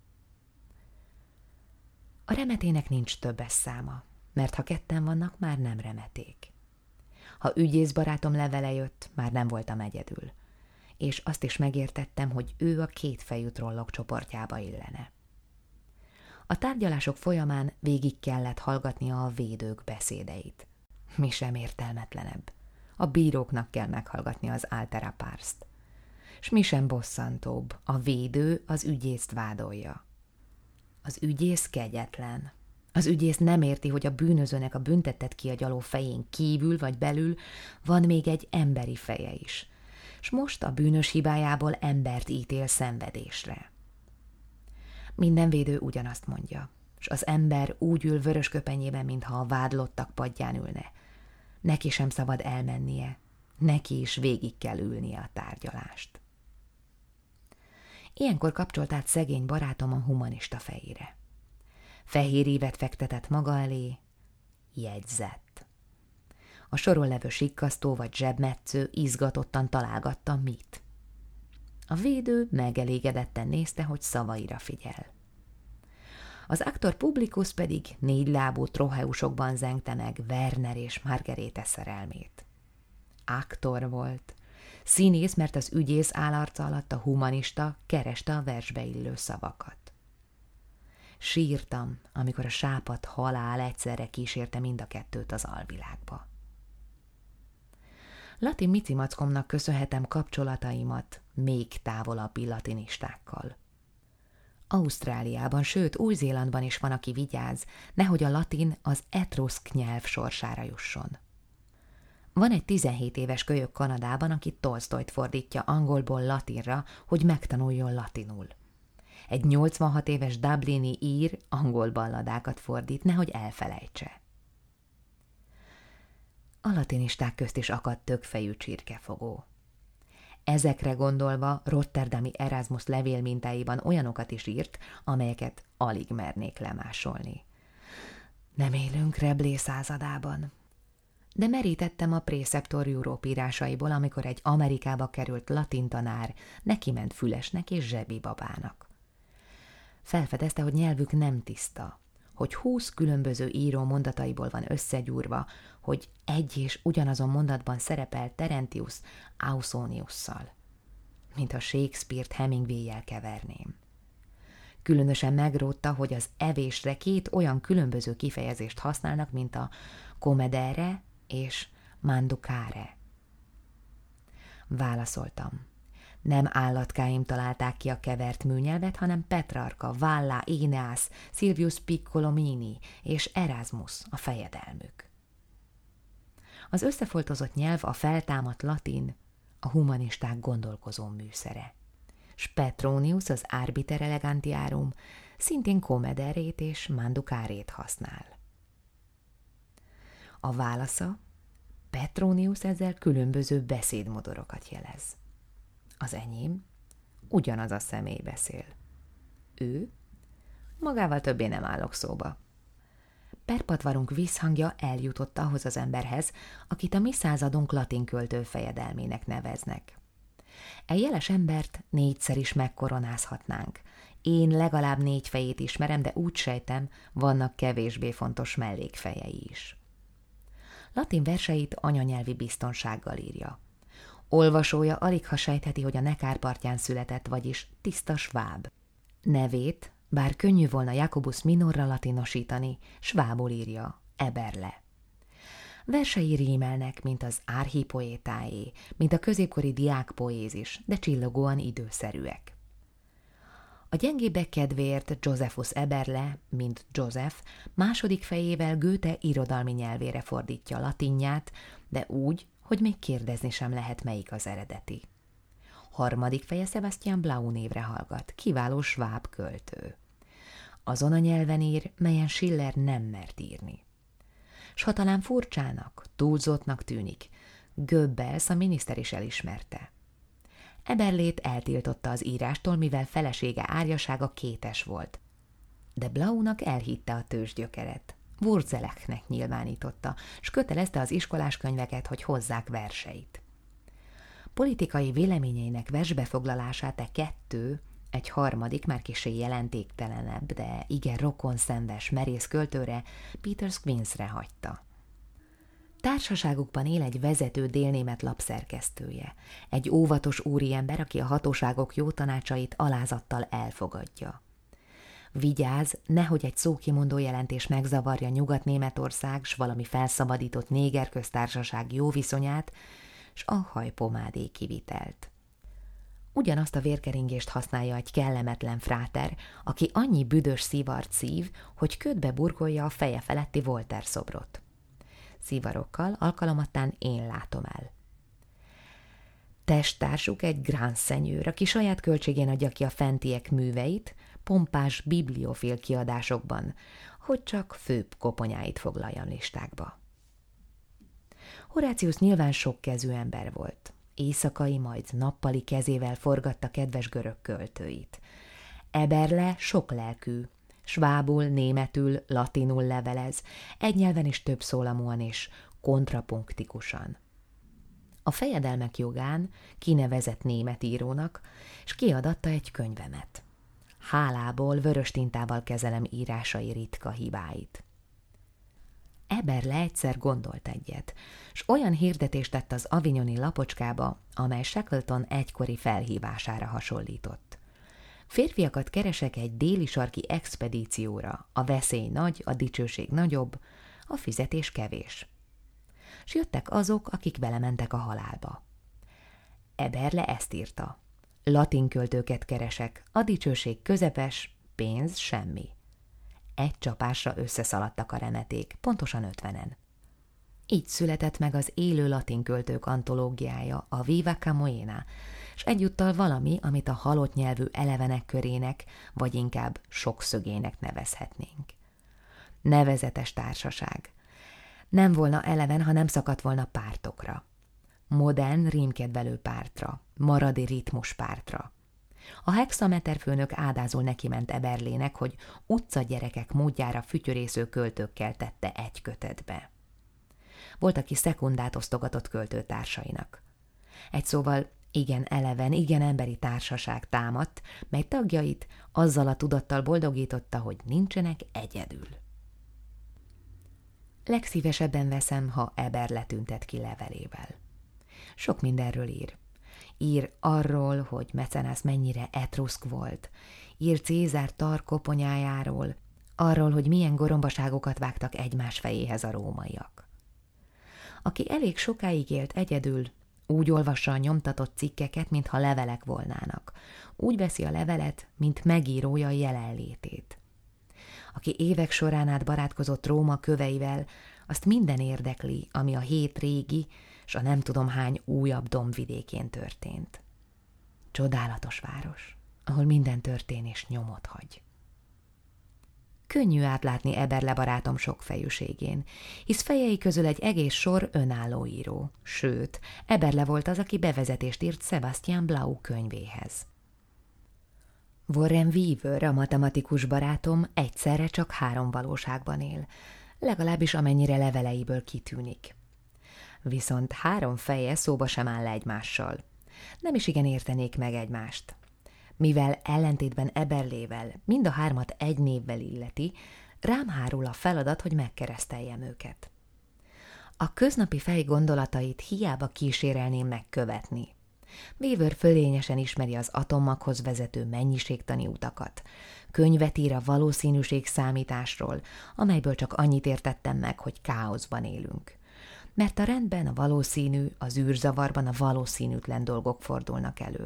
Speaker 1: A remetének nincs többes száma, mert ha ketten vannak, már nem remeték. Ha ügyész barátom levele jött, már nem voltam egyedül, és azt is megértettem, hogy ő a kétfejű trollok csoportjába illene. A tárgyalások folyamán végig kellett hallgatnia a védők beszédeit. Mi sem értelmetlenebb. A bíróknak kell meghallgatni az altera parst. S mi sem bosszantóbb, a védő az ügyészt vádolja. Az ügyész kegyetlen. Az ügyész nem érti, hogy a bűnözőnek a büntettet kiagyaló fején kívül vagy belül van még egy emberi feje is. S most a bűnös hibájából embert ítél szenvedésre. Minden védő ugyanazt mondja, s az ember úgy ül vörös köpenyében, mintha a vádlottak padján ülne. Neki sem szabad elmennie, neki is végig kell ülnie a tárgyalást. Ilyenkor kapcsolt át szegény barátom a humanista fejére. Fehér ívet fektetett maga elé, jegyzett. A soron levő sikkasztó vagy zsebmetsző izgatottan találgatta mit. A védő megelégedetten nézte, hogy szavaira figyel. Az actor publicus pedig négylábú troheusokban zengte meg Werner és Margarete szerelmét. Aktor volt. Színész, mert az ügyész állarca alatt a humanista kereste a versbe illő szavakat. Sírtam, amikor a sápadt halál egyszerre kísérte mind a kettőt az alvilágba. Latin micimackomnak köszönhetem kapcsolataimat még távolabbi latinistákkal. Ausztráliában, sőt Új-Zélandban is van, aki vigyáz, nehogy a latin az etruszk nyelv sorsára jusson. Van egy 17 éves kölyök Kanadában, aki Tolsztojt fordítja angolból latinra, hogy megtanuljon latinul. Egy 86 éves dublini ír angol balladákat fordít, nehogy elfelejtse. A latinisták közt is akadt többfejű csirkefogó. Ezekre gondolva rotterdami Erasmus levélmintáiban olyanokat is írt, amelyeket alig mernék lemásolni. Nem élünk Reblé századában. De merítettem a Preceptor Europe írásaiból, amikor egy Amerikába került latin tanár neki ment Fülesnek és Zsebi babának. Felfedezte, hogy nyelvük nem tiszta, hogy 20 különböző író mondataiból van összegyúrva, hogy egy és ugyanazon mondatban szerepel Terentius Ausoniusszal, mintha Shakespeare-t Hemingway-jel keverném. Különösen megrótta, hogy az evésre két olyan különböző kifejezést használnak, mint a comedere és manducare. Válaszoltam. Nem állatkáim találták ki a kevert műnyelvet, hanem Petrarka, Valla, Éneász, Silvius Piccolomini és Erasmus a fejedelmük. Az összefoltozott nyelv, a feltámadt latin, a humanisták gondolkozó műszere. S Petronius, az Arbiter Elegantiarum, szintén comederét és manducárét használ. A válasza, Petronius ezzel különböző beszédmodorokat jelez. Az enyém ugyanaz a személy beszél. Ő? Magával többé nem állok szóba. Perpatvarunk vízhangja eljutott ahhoz az emberhez, akit a mi századunk latin költő fejedelmének neveznek. Jeles embert 4-szer is megkoronázhatnánk. Én legalább 4 fejét ismerem, de úgy sejtem, vannak kevésbé fontos mellékfejei is. Latin verseit anyanyelvi biztonsággal írja. Olvasója aligha sejtheti, hogy a Nekár partján született, vagyis tiszta sváb. Nevét, bár könnyű volna Jacobus Minorra latinosítani, svábul írja, Eberle. Versei rímelnek, mint az árhipoétáé, mint a középkori diákpoézis, de csillogóan időszerűek. A gyengébbek kedvéért Josephus Eberle, mint Joseph, második fejével Goethe irodalmi nyelvére fordítja latinját, de úgy, hogy még kérdezni sem lehet, melyik az eredeti. Harmadik feje Sebastian Blau névre hallgat, kiváló sváb költő. Azon a nyelven ír, melyen Schiller nem mert írni. S ha talán furcsának, túlzottnak tűnik, Goebbels a miniszter is elismerte. Eberlét eltiltotta az írástól, mivel felesége árjasága kétes volt. De Blaunak elhitte a tőzsgyökeret. Wurzeleknek nyilvánította, s kötelezte az iskoláskönyveket, hogy hozzák verseit. Politikai véleményeinek versbefoglalását egy harmadik, már kissé jelentéktelenebb, de igen rokonszenves merész költőre, Peter Squinsre hagyta. Társaságukban él egy vezető délnémet lapszerkesztője, egy óvatos úriember, aki a hatóságok jó tanácsait alázattal elfogadja. Vigyáz, nehogy egy szókimondó jelentés megzavarja Nyugat-Németország s valami felszabadított négerköztársaság jó viszonyát, s a hajpomádé kivitelt. Ugyanazt a vérkeringést használja egy kellemetlen fráter, aki annyi büdös szivart szív, hogy ködbe burkolja a feje feletti Voltaire szobrot. Szivarokkal alkalomattán én látom el. Testtársuk egy Grand Seigneur, aki saját költségén adja ki a fentiek műveit, pompás bibliofil kiadásokban, hogy csak főbb koponyáit foglaljan listákba. Horatius nyilván sokkezű ember volt. Éjszakai, majd nappali kezével forgatta kedves görög költőit. Eberle soklelkű, svábul, németül, latinul levelez, egy nyelven is több szólamúan és kontrapunktikusan. A fejedelmek jogán kinevezett német írónak, és kiadatta egy könyvemet. Hálából vörös tintával kezelem írásai ritka hibáit. Eberle egyszer gondolt egyet, s olyan hirdetést tett az avignoni lapocskába, amely Shackleton egykori felhívására hasonlított. Férfiakat keresek egy déli sarki expedícióra, a veszély nagy, a dicsőség nagyobb, a fizetés kevés. S jöttek azok, akik belementek a halálba. Eberle ezt írta. Latin költőket keresek, a dicsőség közepes, pénz semmi. Egy csapásra összeszaladtak a remeték, pontosan 50-en. Így született meg az élő latin költők antológiája, a Viva Camoena, s egyúttal valami, amit a halott nyelvű elevenek körének, vagy inkább sokszögének nevezhetnénk. Nevezetes társaság. Nem volna eleven, ha nem szakadt volna pártokra. Modern, rímkedvelő pártra, maradi ritmus pártra. A hexameter főnök ádázul nekiment Eberlének, hogy utcagyerekek módjára fütyörésző költőkkel tette egy kötetbe. Volt, aki szekundát osztogatott költőtársainak. Egy szóval igen eleven, igen emberi társaság támadt, mely tagjait azzal a tudattal boldogította, hogy nincsenek egyedül. Legszívesebben veszem, ha Eberle tüntet ki levelével. Sok mindenről ír. Ír arról, hogy Mecenász mennyire etruszk volt. Ír Cézár tar koponyájáról, arról, hogy milyen gorombaságokat vágtak egymás fejéhez a rómaiak. Aki elég sokáig élt egyedül, úgy olvassa a nyomtatott cikkeket, mintha levelek volnának. Úgy veszi a levelet, mint megírója jelenlétét. Aki évek során át barátkozott Róma köveivel, azt minden érdekli, ami a 7 régi, s a nem tudom hány újabb dombvidékén történt. Csodálatos város, ahol minden történés nyomot hagy. Könnyű átlátni Eberle barátom sokfejűségén, hisz fejei közül egy egész sor önálló író, sőt, Eberle volt az, aki bevezetést írt Sebastian Blau könyvéhez. Warren Weaver, a matematikus barátom, egyszerre csak 3 valóságban él, legalábbis amennyire leveleiből kitűnik. Viszont 3 feje szóba sem áll egymással. Nem is igen értenék meg egymást. Mivel ellentétben Eberlével mind a 3-at egy névvel illeti, rám hárul a feladat, hogy megkereszteljem őket. A köznapi fej gondolatait hiába kísérelném megkövetni. Weaver fölényesen ismeri az atommaghoz vezető mennyiségtani utakat. Könyvet ír a valószínűség számításról, amelyből csak annyit értettem meg, hogy káoszban élünk. Mert a rendben a valószínű, az űrzavarban a valószínűtlen dolgok fordulnak elő.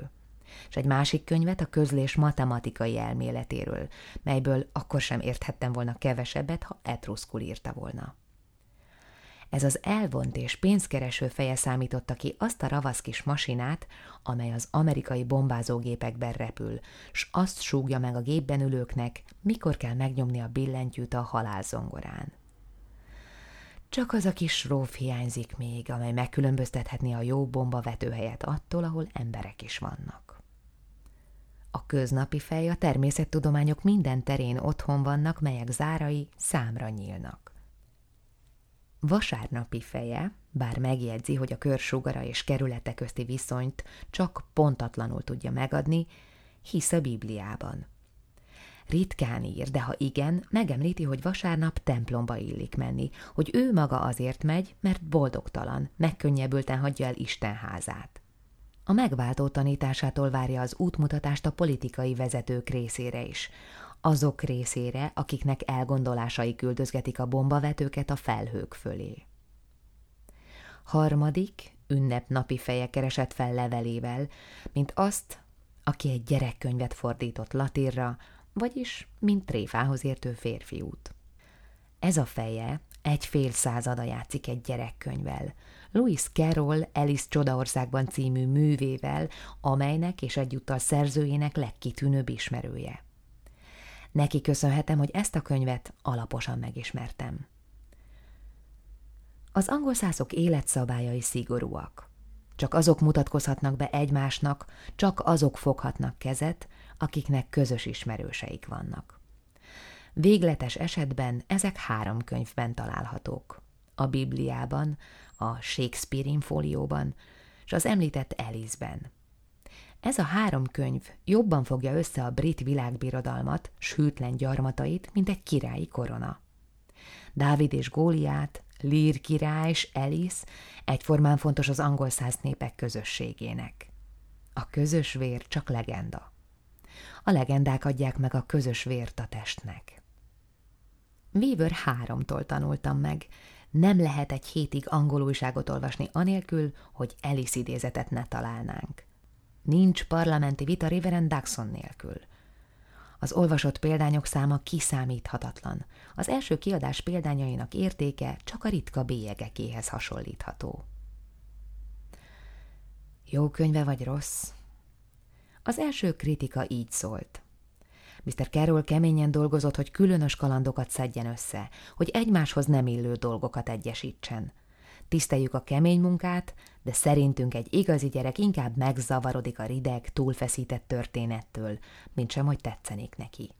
Speaker 1: és egy másik könyvet a közlés matematikai elméletéről, melyből akkor sem érthettem volna kevesebbet, ha etruszkul írta volna. Ez az elvont és pénzkereső feje számította ki azt a ravasz kis masinát, amely az amerikai bombázógépekben repül, s azt súgja meg a gépben ülőknek, mikor kell megnyomni a billentyűt a halálzongorán. Csak az a kis sróf hiányzik még, amely megkülönböztethetné a jó bombavetőhelyet attól, ahol emberek is vannak. A köznapi fej a természettudományok minden terén otthon vannak, melyek zárai számra nyílnak. Vasárnapi feje, bár megjegyzi, hogy a kör sugara és kerülete közti viszonyt csak pontatlanul tudja megadni, hisz a Bibliában. Ritkán ír, de ha igen, megemlíti, hogy vasárnap templomba illik menni, hogy ő maga azért megy, mert boldogtalan, megkönnyebbülten hagyja el Isten házát. A megváltó tanításától várja az útmutatást a politikai vezetők részére is, azok részére, akiknek elgondolásai küldözgetik a bombavetőket a felhők fölé. Harmadik, ünnepnapi feje keresett fel levelével, mint azt, aki egy gyerekkönyvet fordított latinra, vagyis mint tréfához értő férfiút. Ez a feje egy fél százada játszik egy gyerekkönyvvel, Lewis Carroll Alice Csodaországban című művével, amelynek és egyúttal szerzőjének legkitűnőbb ismerője. Neki köszönhetem, hogy ezt a könyvet alaposan megismertem. Az angol szászok életszabályai szigorúak. Csak azok mutatkozhatnak be egymásnak, csak azok foghatnak kezet, akiknek közös ismerőseik vannak. Végletes esetben ezek 3 könyvben találhatók. A Bibliában, a Shakespeare Infólióban, és az említett Alice-ben. Ez a 3 könyv jobban fogja össze a brit világbirodalmat, s hűtlen gyarmatait, mint egy királyi korona. Dávid és Góliát, Lear király és Alice egyformán fontos az angol szász népek közösségének. A közös vér csak legenda. A legendák adják meg a közös vért a testnek. Weaver 3-tól tanultam meg, nem lehet egy hétig angol újságot olvasni anélkül, hogy Alice idézetet ne találnánk. Nincs parlamenti vita Reverend Dagson nélkül. Az olvasott példányok száma kiszámíthatatlan. Az első kiadás példányainak értéke csak a ritka bélyegekéhez hasonlítható. Jó könyve vagy rossz? Az első kritika így szólt. Mr. Carroll keményen dolgozott, hogy különös kalandokat szedjen össze, hogy egymáshoz nem illő dolgokat egyesítsen. Tiszteljük a kemény munkát, de szerintünk egy igazi gyerek inkább megzavarodik a rideg, túlfeszített történettől, mint sem, hogy tetszenék neki.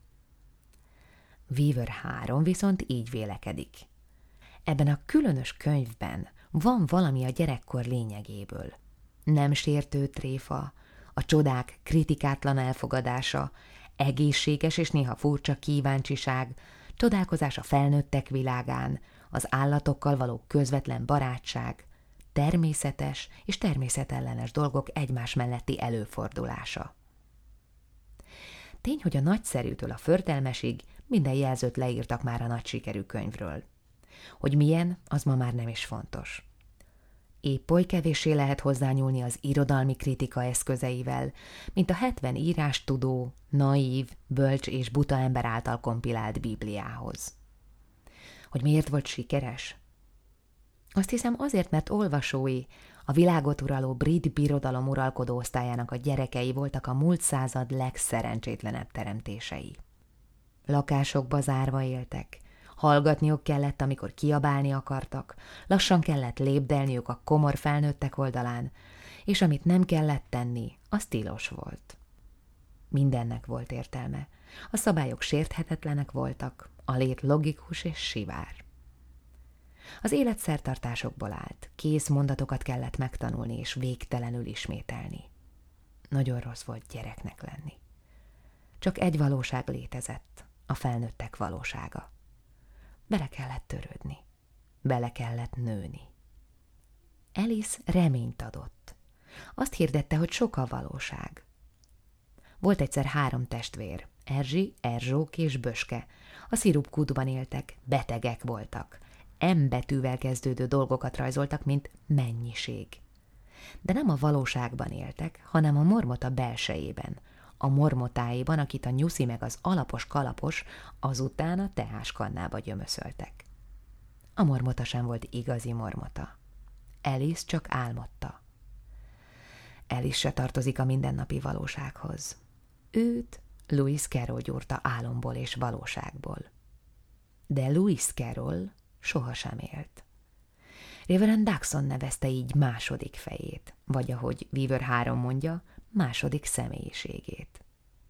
Speaker 1: Weaver 3 viszont így vélekedik. Ebben a különös könyvben van valami a gyerekkor lényegéből. Nem sértő tréfa, a csodák kritikátlan elfogadása, egészséges és néha furcsa kíváncsiság, csodálkozás a felnőttek világán, az állatokkal való közvetlen barátság, természetes és természetellenes dolgok egymás melletti előfordulása. Tény, hogy a nagyszerűtől a förtelmesig minden jelzőt leírtak már a nagy sikerű könyvről. Hogy milyen, az ma már nem is fontos. Épp oly kevéssé lehet hozzányúlni az irodalmi kritika eszközeivel, mint a 70 írástudó, naív, bölcs és buta ember által kompilált Bibliához. Hogy miért volt sikeres? Azt hiszem azért, mert olvasói, a világot uraló brit birodalom uralkodó osztályának a gyerekei voltak a múlt század legszerencsétlenebb teremtései. Lakásokba zárva éltek, hallgatniuk kellett, amikor kiabálni akartak, lassan kellett lépdelniük a komor felnőttek oldalán, és amit nem kellett tenni, az tilos volt. Mindennek volt értelme. A szabályok sérthetetlenek voltak, a lét logikus és sivár. Az élet szertartásokból állt, kész mondatokat kellett megtanulni és végtelenül ismételni. Nagyon rossz volt gyereknek lenni. Csak egy valóság létezett, a felnőttek valósága. Bele kellett törődni, bele kellett nőni. Alice reményt adott. Azt hirdette, hogy sok a valóság. Volt egyszer 3 testvér, Erzsi, Erzsók és Böske. A szirupkútban éltek, betegek voltak. M betűvel kezdődő dolgokat rajzoltak, mint mennyiség. De nem a valóságban éltek, hanem a mormota belsejében, a mormotáiban, akit a nyuszi meg az alapos kalapos azután a teáskannába gyömöszöltek. A mormota sem volt igazi mormota. Alice csak álmodta. Alice se tartozik a mindennapi valósághoz. Őt Lewis Carroll gyúrta álomból és valóságból. De Lewis Carroll sohasem élt. Reverend Dachson nevezte így második fejét, vagy ahogy Weaver 3 mondja, második személyiségét.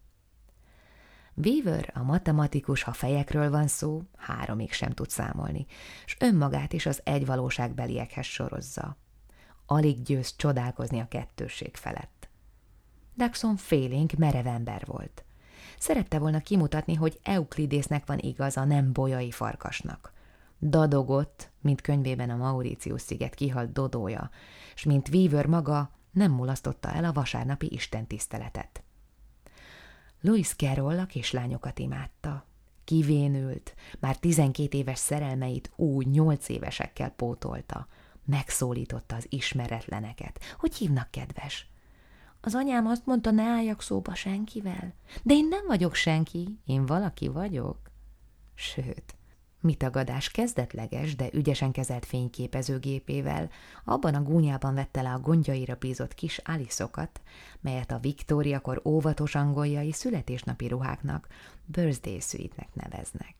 Speaker 1: Weaver, a matematikus, ha fejekről van szó, 3-ig sem tud számolni, s önmagát is az egyvalóságbeliekhez sorozza. Alig győz csodálkozni a kettősség felett. Dachson félénk, merev ember volt. Szerette volna kimutatni, hogy Euklidésznek van igaza, nem Bolyai Farkasnak. Dadogott, mint könyvében a Mauritius-sziget kihalt dodója, s mint Weaver maga nem mulasztotta el a vasárnapi istentiszteletet. Lewis Carroll a kislányokat imádta. Kivénült, már 12 éves szerelmeit úgy 8 évesekkel pótolta. Megszólította az ismeretleneket. Hogy hívnak, kedves? Az anyám azt mondta, ne álljak szóba senkivel. De én nem vagyok senki, én valaki vagyok. Sőt, mitagadás kezdetleges, de ügyesen kezelt fényképezőgépével abban a gúnyában vette le a gondjaira bízott kis Alice-okat, melyet a Viktóriakor óvatos angoljai születésnapi ruháknak, birthday suite-nek neveznek.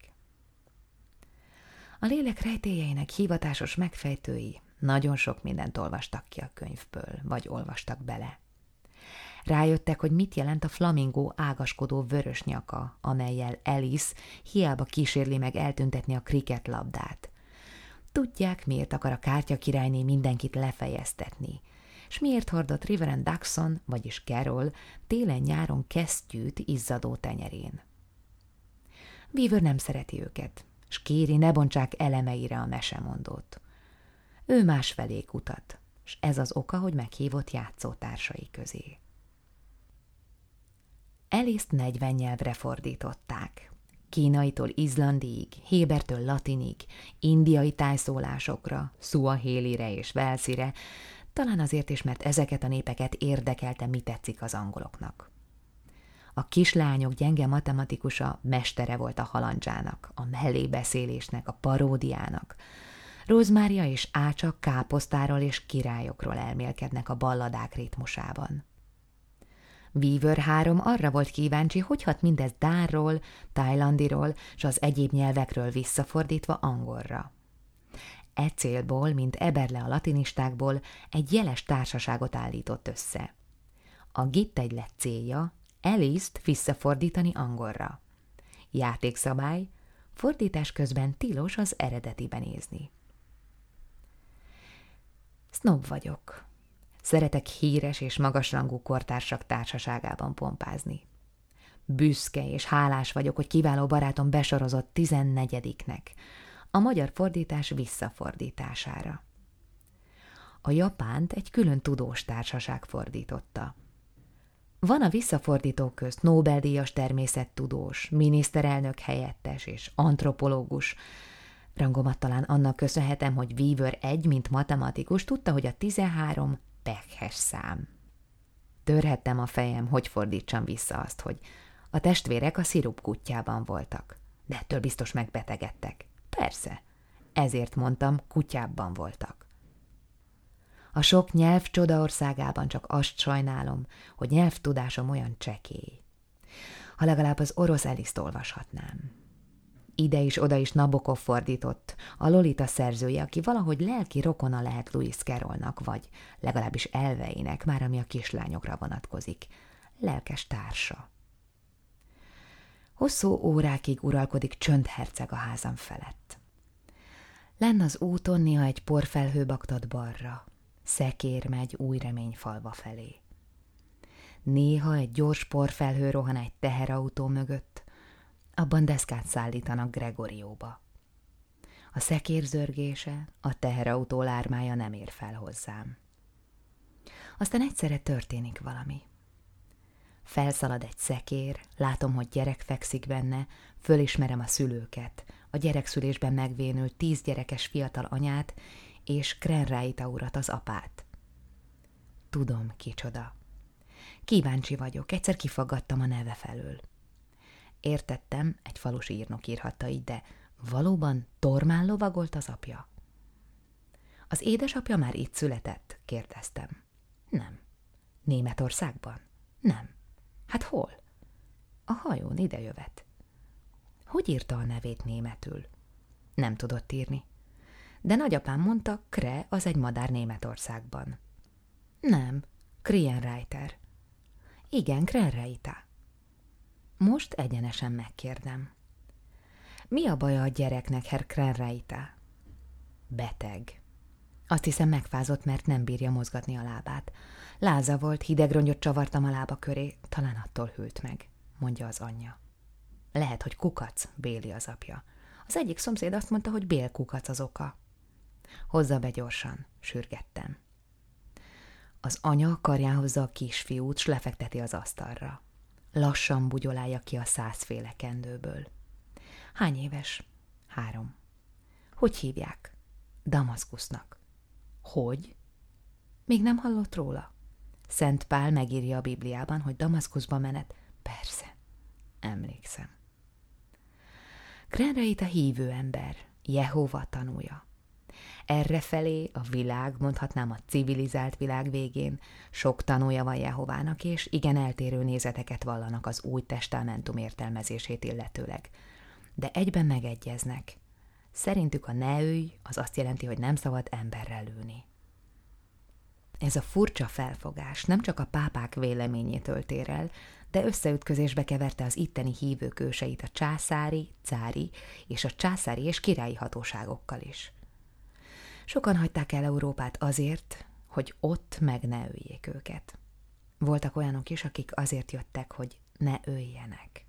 Speaker 1: A lélek rejtélyeinek hivatásos megfejtői nagyon sok mindent olvastak ki a könyvből, vagy olvastak bele. Rájöttek, hogy mit jelent a flamingó ágaskodó vörös nyaka, amellyel Alice hiába kísérli meg eltüntetni a kriketlabdát. Tudják, miért akar a kártyakirályné mindenkit lefejeztetni, s miért hordott Reverend Dachson, vagyis Carroll télen-nyáron kesztyűt izzadó tenyerén. Weaver nem szereti őket, s kéri, ne bontsák elemeire a mesemondót. Ő másfelé kutat, s ez az oka, hogy meghívott játszótársai közé. Alice-t 40 nyelvre fordították. Kínaitól izlandiig, hébertől latinig, indiai tájszólásokra, szuahélire és velszire, talán azért is, mert ezeket a népeket érdekelte, mi tetszik az angoloknak. A kislányok gyenge matematikusa mestere volt a halandzsának, a mellébeszélésnek, a paródiának. Rózmária és Ácsa káposztáról és királyokról elmélkednek a balladák ritmusában. Weaver 3 arra volt kíváncsi, hogy hat mindez dánról, tájlandiról és az egyéb nyelvekről visszafordítva angolra. E célból, mint Eberle a latinistákból, egy jeles társaságot állított össze. A gittegylet célja Alice-t visszafordítani angolra. Játékszabály, fordítás közben tilos az eredetibe nézni. Sznob vagyok. Szeretek híres és magasrangú kortársak társaságában pompázni. Büszke és hálás vagyok, hogy kiváló barátom besorozott 14-nek, a magyar fordítás visszafordítására. A japánt egy külön tudós társaság fordította. Van a visszafordítók közt Nobel-díjas természettudós, miniszterelnök helyettes és antropológus. Rangomat talán annak köszönhetem, hogy Weaver 1, mint matematikus, tudta, hogy a 13 pekhes szám. Törhettem a fejem, hogy fordítsam vissza azt, hogy a testvérek a szirup kutyában voltak, de ettől biztos megbetegedtek. Persze, ezért mondtam, kutyában voltak. A sok nyelv csodaországában csak azt sajnálom, hogy nyelvtudásom olyan csekély. Ha legalább az orosz Alice-t olvashatnám. Ide is, oda is Nabokov fordított, a Lolita szerzője, aki valahogy lelki rokona lehet Lewis Carrollnak, vagy legalábbis elveinek, már ami a kislányokra vonatkozik. Lelkes társa. Hosszú órákig uralkodik csöndherceg a házam felett. Lenn az úton néha egy porfelhő baktat balra. Szekér megy Újreményfalva felé. Néha egy gyors porfelhő rohan egy teherautó mögött, abban deszkát szállítanak Gregorióba. A szekér zörgése, a teherautó lármája nem ér fel hozzám. Aztán egyszerre történik valami. Felszalad egy szekér, látom, hogy gyerek fekszik benne, fölismerem a szülőket, a gyerekszülésben megvénült 10 gyerekes fiatal anyát, és Krenráita urat, az apát. tudom, kicsoda. Kíváncsi vagyok, egyszer kifaggattam a neve felől. Értettem, egy falusi írnok írhatta így, de valóban tormán lovagolt az apja? Az édesapja már itt született? Kérdeztem. Nem. Németországban? Nem. Hát hol? A hajón idejövet. Hogy írta a nevét németül? Nem tudott írni. De nagyapám mondta, Kre az egy madár Németországban. Nem, Krienreiter. Igen, Krenreiter. Most egyenesen megkérdem. Mi a baja a gyereknek, Herr Krenreiter? Beteg. Azt hiszem megfázott, mert nem bírja mozgatni a lábát. Láza volt, hideg rongyot csavartam a lába köré, talán attól hűlt meg, mondja az anyja. Lehet, hogy kukac, béli az apja. Az egyik szomszéd azt mondta, hogy bélkukac az oka. Hozza be gyorsan, sürgettem. Az anya karján hozza a kisfiút, s lefekteti az asztalra. Lassan bugyolálja ki a 100 féle kendőből. Hány éves? 3. Hogy hívják? Damaszkusznak. Hogy? Még nem hallott róla? Szent Pál megírja a Bibliában, hogy Damaszkuszba menet. Persze, emlékszem. Krenreiter hívő ember, Jehova tanúja. Errefelé a világ, mondhatnám a civilizált világ végén, sok tanúja van Jehovának, és igen eltérő nézeteket vallanak az új testamentum értelmezését illetőleg. De egyben megegyeznek. Szerintük a ne ölj az azt jelenti, hogy nem szabad emberrel lőni. Ez a furcsa felfogás nem csak a pápák véleményét öltér el, de összeütközésbe keverte az itteni hívők őseit a császári, cári és a császári és királyi hatóságokkal is. Sokan hagyták el Európát azért, hogy ott meg ne öljék őket. Voltak olyanok is, akik azért jöttek, hogy ne öljenek.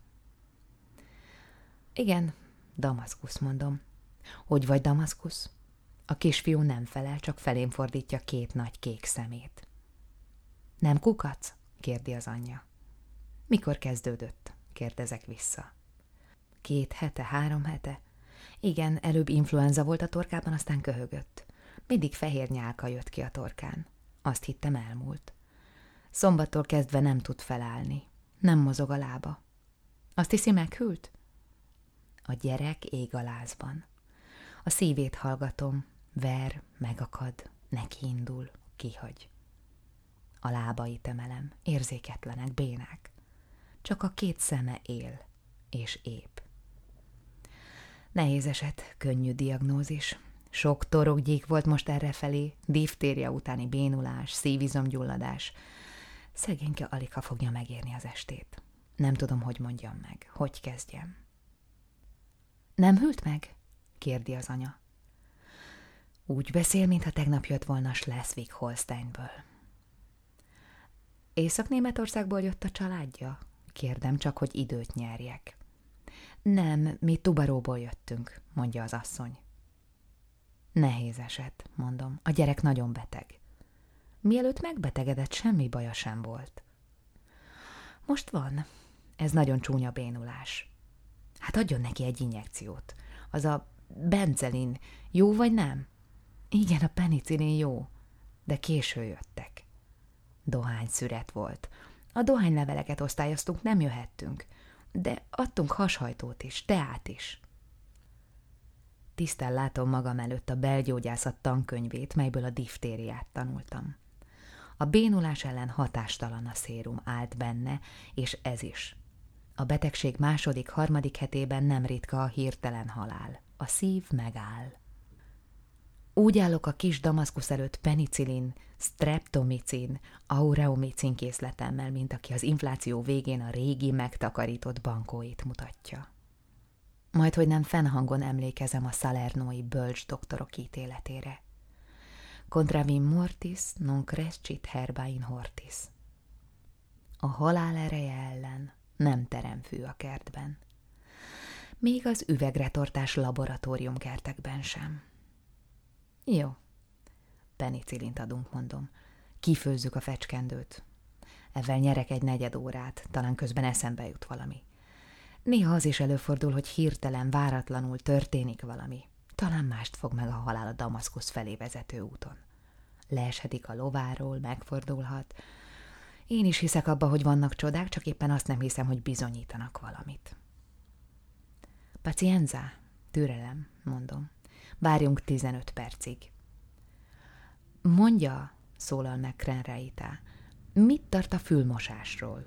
Speaker 1: Igen, Damaszkusz, mondom. Hogy vagy Damaszkusz? A kisfiú nem felel, csak felém fordítja 2 nagy kék szemét. Nem kukac? Kérdi az anyja. Mikor kezdődött? Kérdezek vissza. 2 hete, 3 hete? Igen, előbb influenza volt a torkában, aztán köhögött. Mindig fehér nyálka jött ki a torkán. Azt hittem, elmúlt. Szombattól kezdve nem tud felállni. Nem mozog a lába. Azt hiszi, meghűlt? A gyerek ég a lázban. A szívét hallgatom, ver, megakad, neki indul, kihagy. A lábait emelem, érzéketlenek, bénák. Csak a 2 szeme él, és épp. Nehéz eset, könnyű diagnózis. Sok torokgyék volt most errefelé, diftéria utáni bénulás, szívizomgyulladás. Szegényke aligha fogja megérni az estét. Nem tudom, hogy mondjam meg, hogy kezdjem. Nem hűlt meg? Kérdi az anya. Úgy beszél, mintha tegnap jött volna Schleswig-Holsteinből. Észak-Németországból jött a családja? Kérdem, csak hogy időt nyerjek. Nem, mi Tubaróból jöttünk, mondja az asszony. Nehéz eset, mondom, a gyerek nagyon beteg. Mielőtt megbetegedett, semmi baja sem volt. Most van, ez nagyon csúnya bénulás. Hát adjon neki egy injekciót. Az a benzelin jó vagy nem? Igen, a penicillin jó, de késő jöttek. Dohányszüret volt. A dohányleveleket osztályoztunk, nem jöhettünk, de adtunk hashajtót is, teát is. Tisztán látom magam előtt a belgyógyászat tankönyvét, melyből a diftériát tanultam. A bénulás ellen hatástalan a szérum állt benne, és ez is. A betegség második, harmadik hetében nem ritka a hirtelen halál. A szív megáll. Úgy állok a kis Damaszkusz előtt penicillin, streptomicin, aureomicin készletemmel, mint aki az infláció végén a régi megtakarított bankóit mutatja. Majd, hogy nem fennhangon emlékezem a salernói bölcs doktorok ítéletére. Contravim mortis non crescit herba in hortis. A halál ereje ellen nem teremfű a kertben. Még az üvegretortás laboratóriumkertekben sem. Jó, penicillint adunk, mondom. Kifőzzük a fecskendőt. Ezzel nyerek egy 4 órát, talán közben eszembe jut valami. Néha az is előfordul, hogy hirtelen, váratlanul történik valami. Talán mást fog meg a halál a Damaszkusz felé vezető úton. leeshetik a lováról, megfordulhat. Én is hiszek abba, hogy vannak csodák, csak éppen azt nem hiszem, hogy bizonyítanak valamit. Pacienza, türelem, mondom. Várjunk 15 percig. Mondja, szólal meg Krenreitá, mit tart a fülmosásról?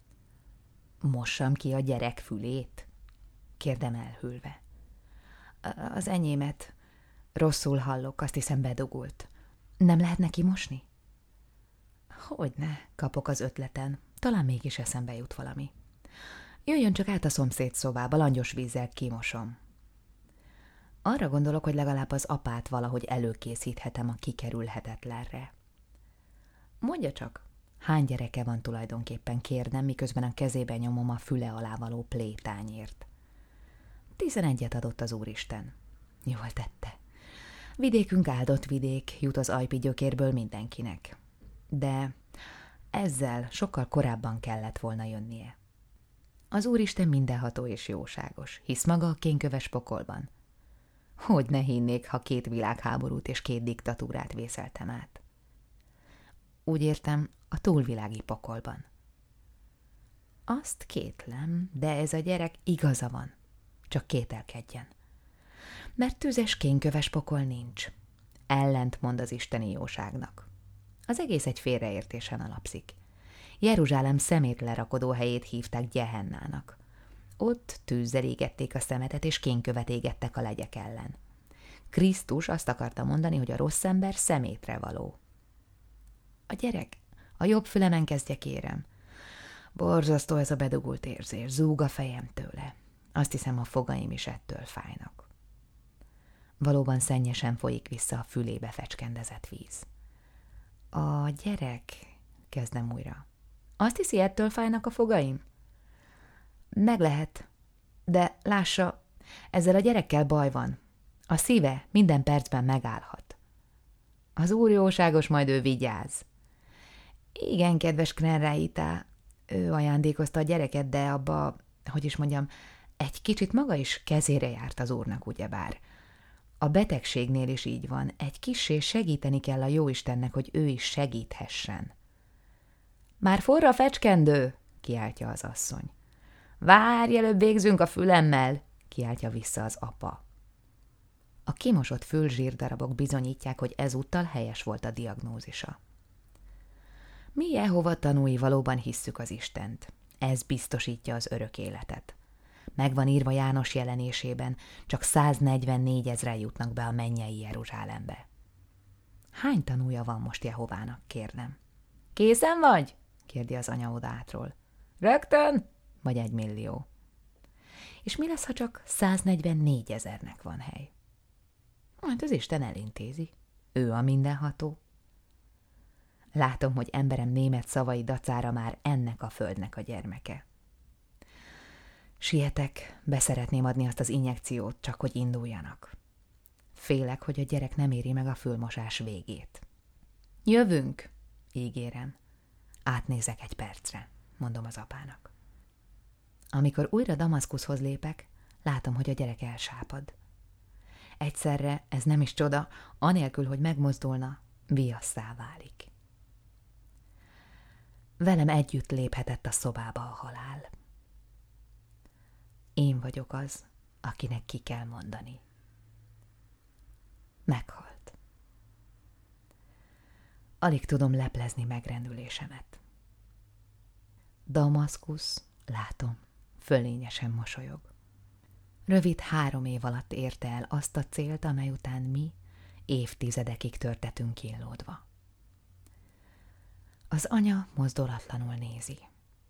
Speaker 1: Mossam ki a gyerek fülét? Kérdem elhűlve. Az enyémet. Rosszul hallok, azt hiszem bedugult. Nem lehet neki mosni? Hogyne, kapok az ötleten. Talán mégis eszembe jut valami. Jöjjön csak át a szomszéd szobába, langyos vízzel kimosom. Arra gondolok, hogy legalább az apát valahogy előkészíthetem a kikerülhetetlenre. Mondja csak, hány gyereke van tulajdonképpen, kérdem, miközben a kezében nyomom a füle alá való plétányért. 11 adott az Úristen. Jól tette. Vidékünk áldott vidék, jut az ajpi gyökérből mindenkinek. De ezzel sokkal korábban kellett volna jönnie. Az Úristen mindenható és jóságos, hisz maga a kénköves pokolban. Hogy ne hinnék, ha 2 világháborút és 2 diktatúrát vészeltem át. Úgy értem, a túlvilági pokolban. Azt kétlem, de ez a gyerek igaza van. Csak kételkedjen. Mert tüzes kénköves pokol nincs. Ellentmond az isteni jóságnak. Az egész egy félreértésen alapszik. Jeruzsálem szemétlerakodó helyét hívták Gyehennának. Ott tűzzel égették a szemetet, és kénkövet égettek a legyek ellen. Krisztus azt akarta mondani, hogy a rossz ember szemétre való. A gyerek, a jobb fülemen kezdje, kérem. Borzasztó ez a bedugult érzés, zúg a fejem tőle. Azt hiszem, a fogaim is ettől fájnak. Valóban szennyesen folyik vissza a fülébe fecskendezett víz. A gyerek, kezdem újra. Azt hiszi, ettől fájnak a fogaim? Meg lehet, de lássa, ezzel a gyerekkel baj van. A szíve minden percben megállhat. Az Úr jóságos, majd ő vigyáz. Igen, kedves Krenreitá, ő ajándékozta a gyereket, de abba, hogy is mondjam, egy kicsit maga is kezére járt az Úrnak, ugyebár. A betegségnél is így van, egy kissé segíteni kell a Jóistennek, hogy ő is segíthessen. Már forra a fecskendő, kiáltja az asszony. Várj, előbb végzünk a fülemmel, kiáltja vissza az apa. A kimosott fülzsírdarabok bizonyítják, hogy ezúttal helyes volt a diagnózisa. Mi Jehova tanúi valóban hisszük az Istent. Ez biztosítja az örök életet. Megvan írva János jelenésében, csak 144 000 jutnak be a mennyei Jeruzsálembe. Hány tanúja van most Jehovának, kérdem? Készen vagy? Kérdi az anya odátról. Rögtön? Vagy 1 millió. És mi lesz, ha csak 144 000-nek van hely? Hát az Isten elintézi. Ő a mindenható. Látom, hogy emberem német szavai dacára már ennek a földnek a gyermeke. Sietek, beszeretném adni azt az injekciót, csak hogy induljanak. Félek, hogy a gyerek nem éri meg a fülmosás végét. Jövünk, ígérem. Átnézek 1 percre, mondom az apának. Amikor újra Damaszkuszhoz lépek, látom, hogy a gyerek elsápad. Egyszerre, ez nem is csoda, anélkül, hogy megmozdulna, viasszá válik. Velem együtt léphetett a szobába a halál. Én vagyok az, akinek ki kell mondani. Meghalt. Alig tudom leplezni megrendülésemet. Damaszkusz, látom, fölényesen mosolyog. Rövid 3 év alatt érte el azt a célt, amely után mi évtizedekig törtetünk kínlódva. Az anya mozdulatlanul nézi.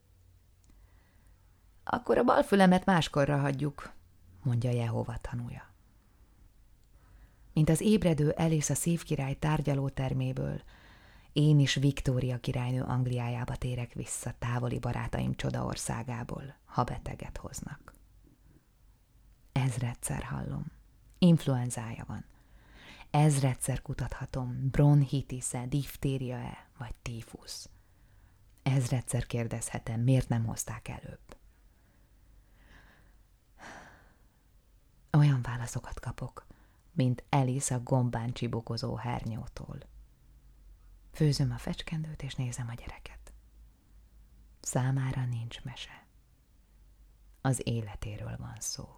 Speaker 1: Akkor a bal fülemet máskorra hagyjuk, mondja Jehova tanúja. Mint az ébredő Elisza szívkirály tárgyalóterméből, én is Viktória királynő Angliájába térek vissza távoli barátaim csodaországából, ha beteget hoznak. 1000-szer hallom. Influenzája van. 1000-szer kutathatom, bronhitisze, diftériae vagy tífusz. 1000-szer kérdezhetem, miért nem hozták előbb. Olyan válaszokat kapok, mint Elisza gombán csibukozó hernyótól. Főzöm a fecskendőt, és nézem a gyereket. Számára nincs mese. Az életéről van szó.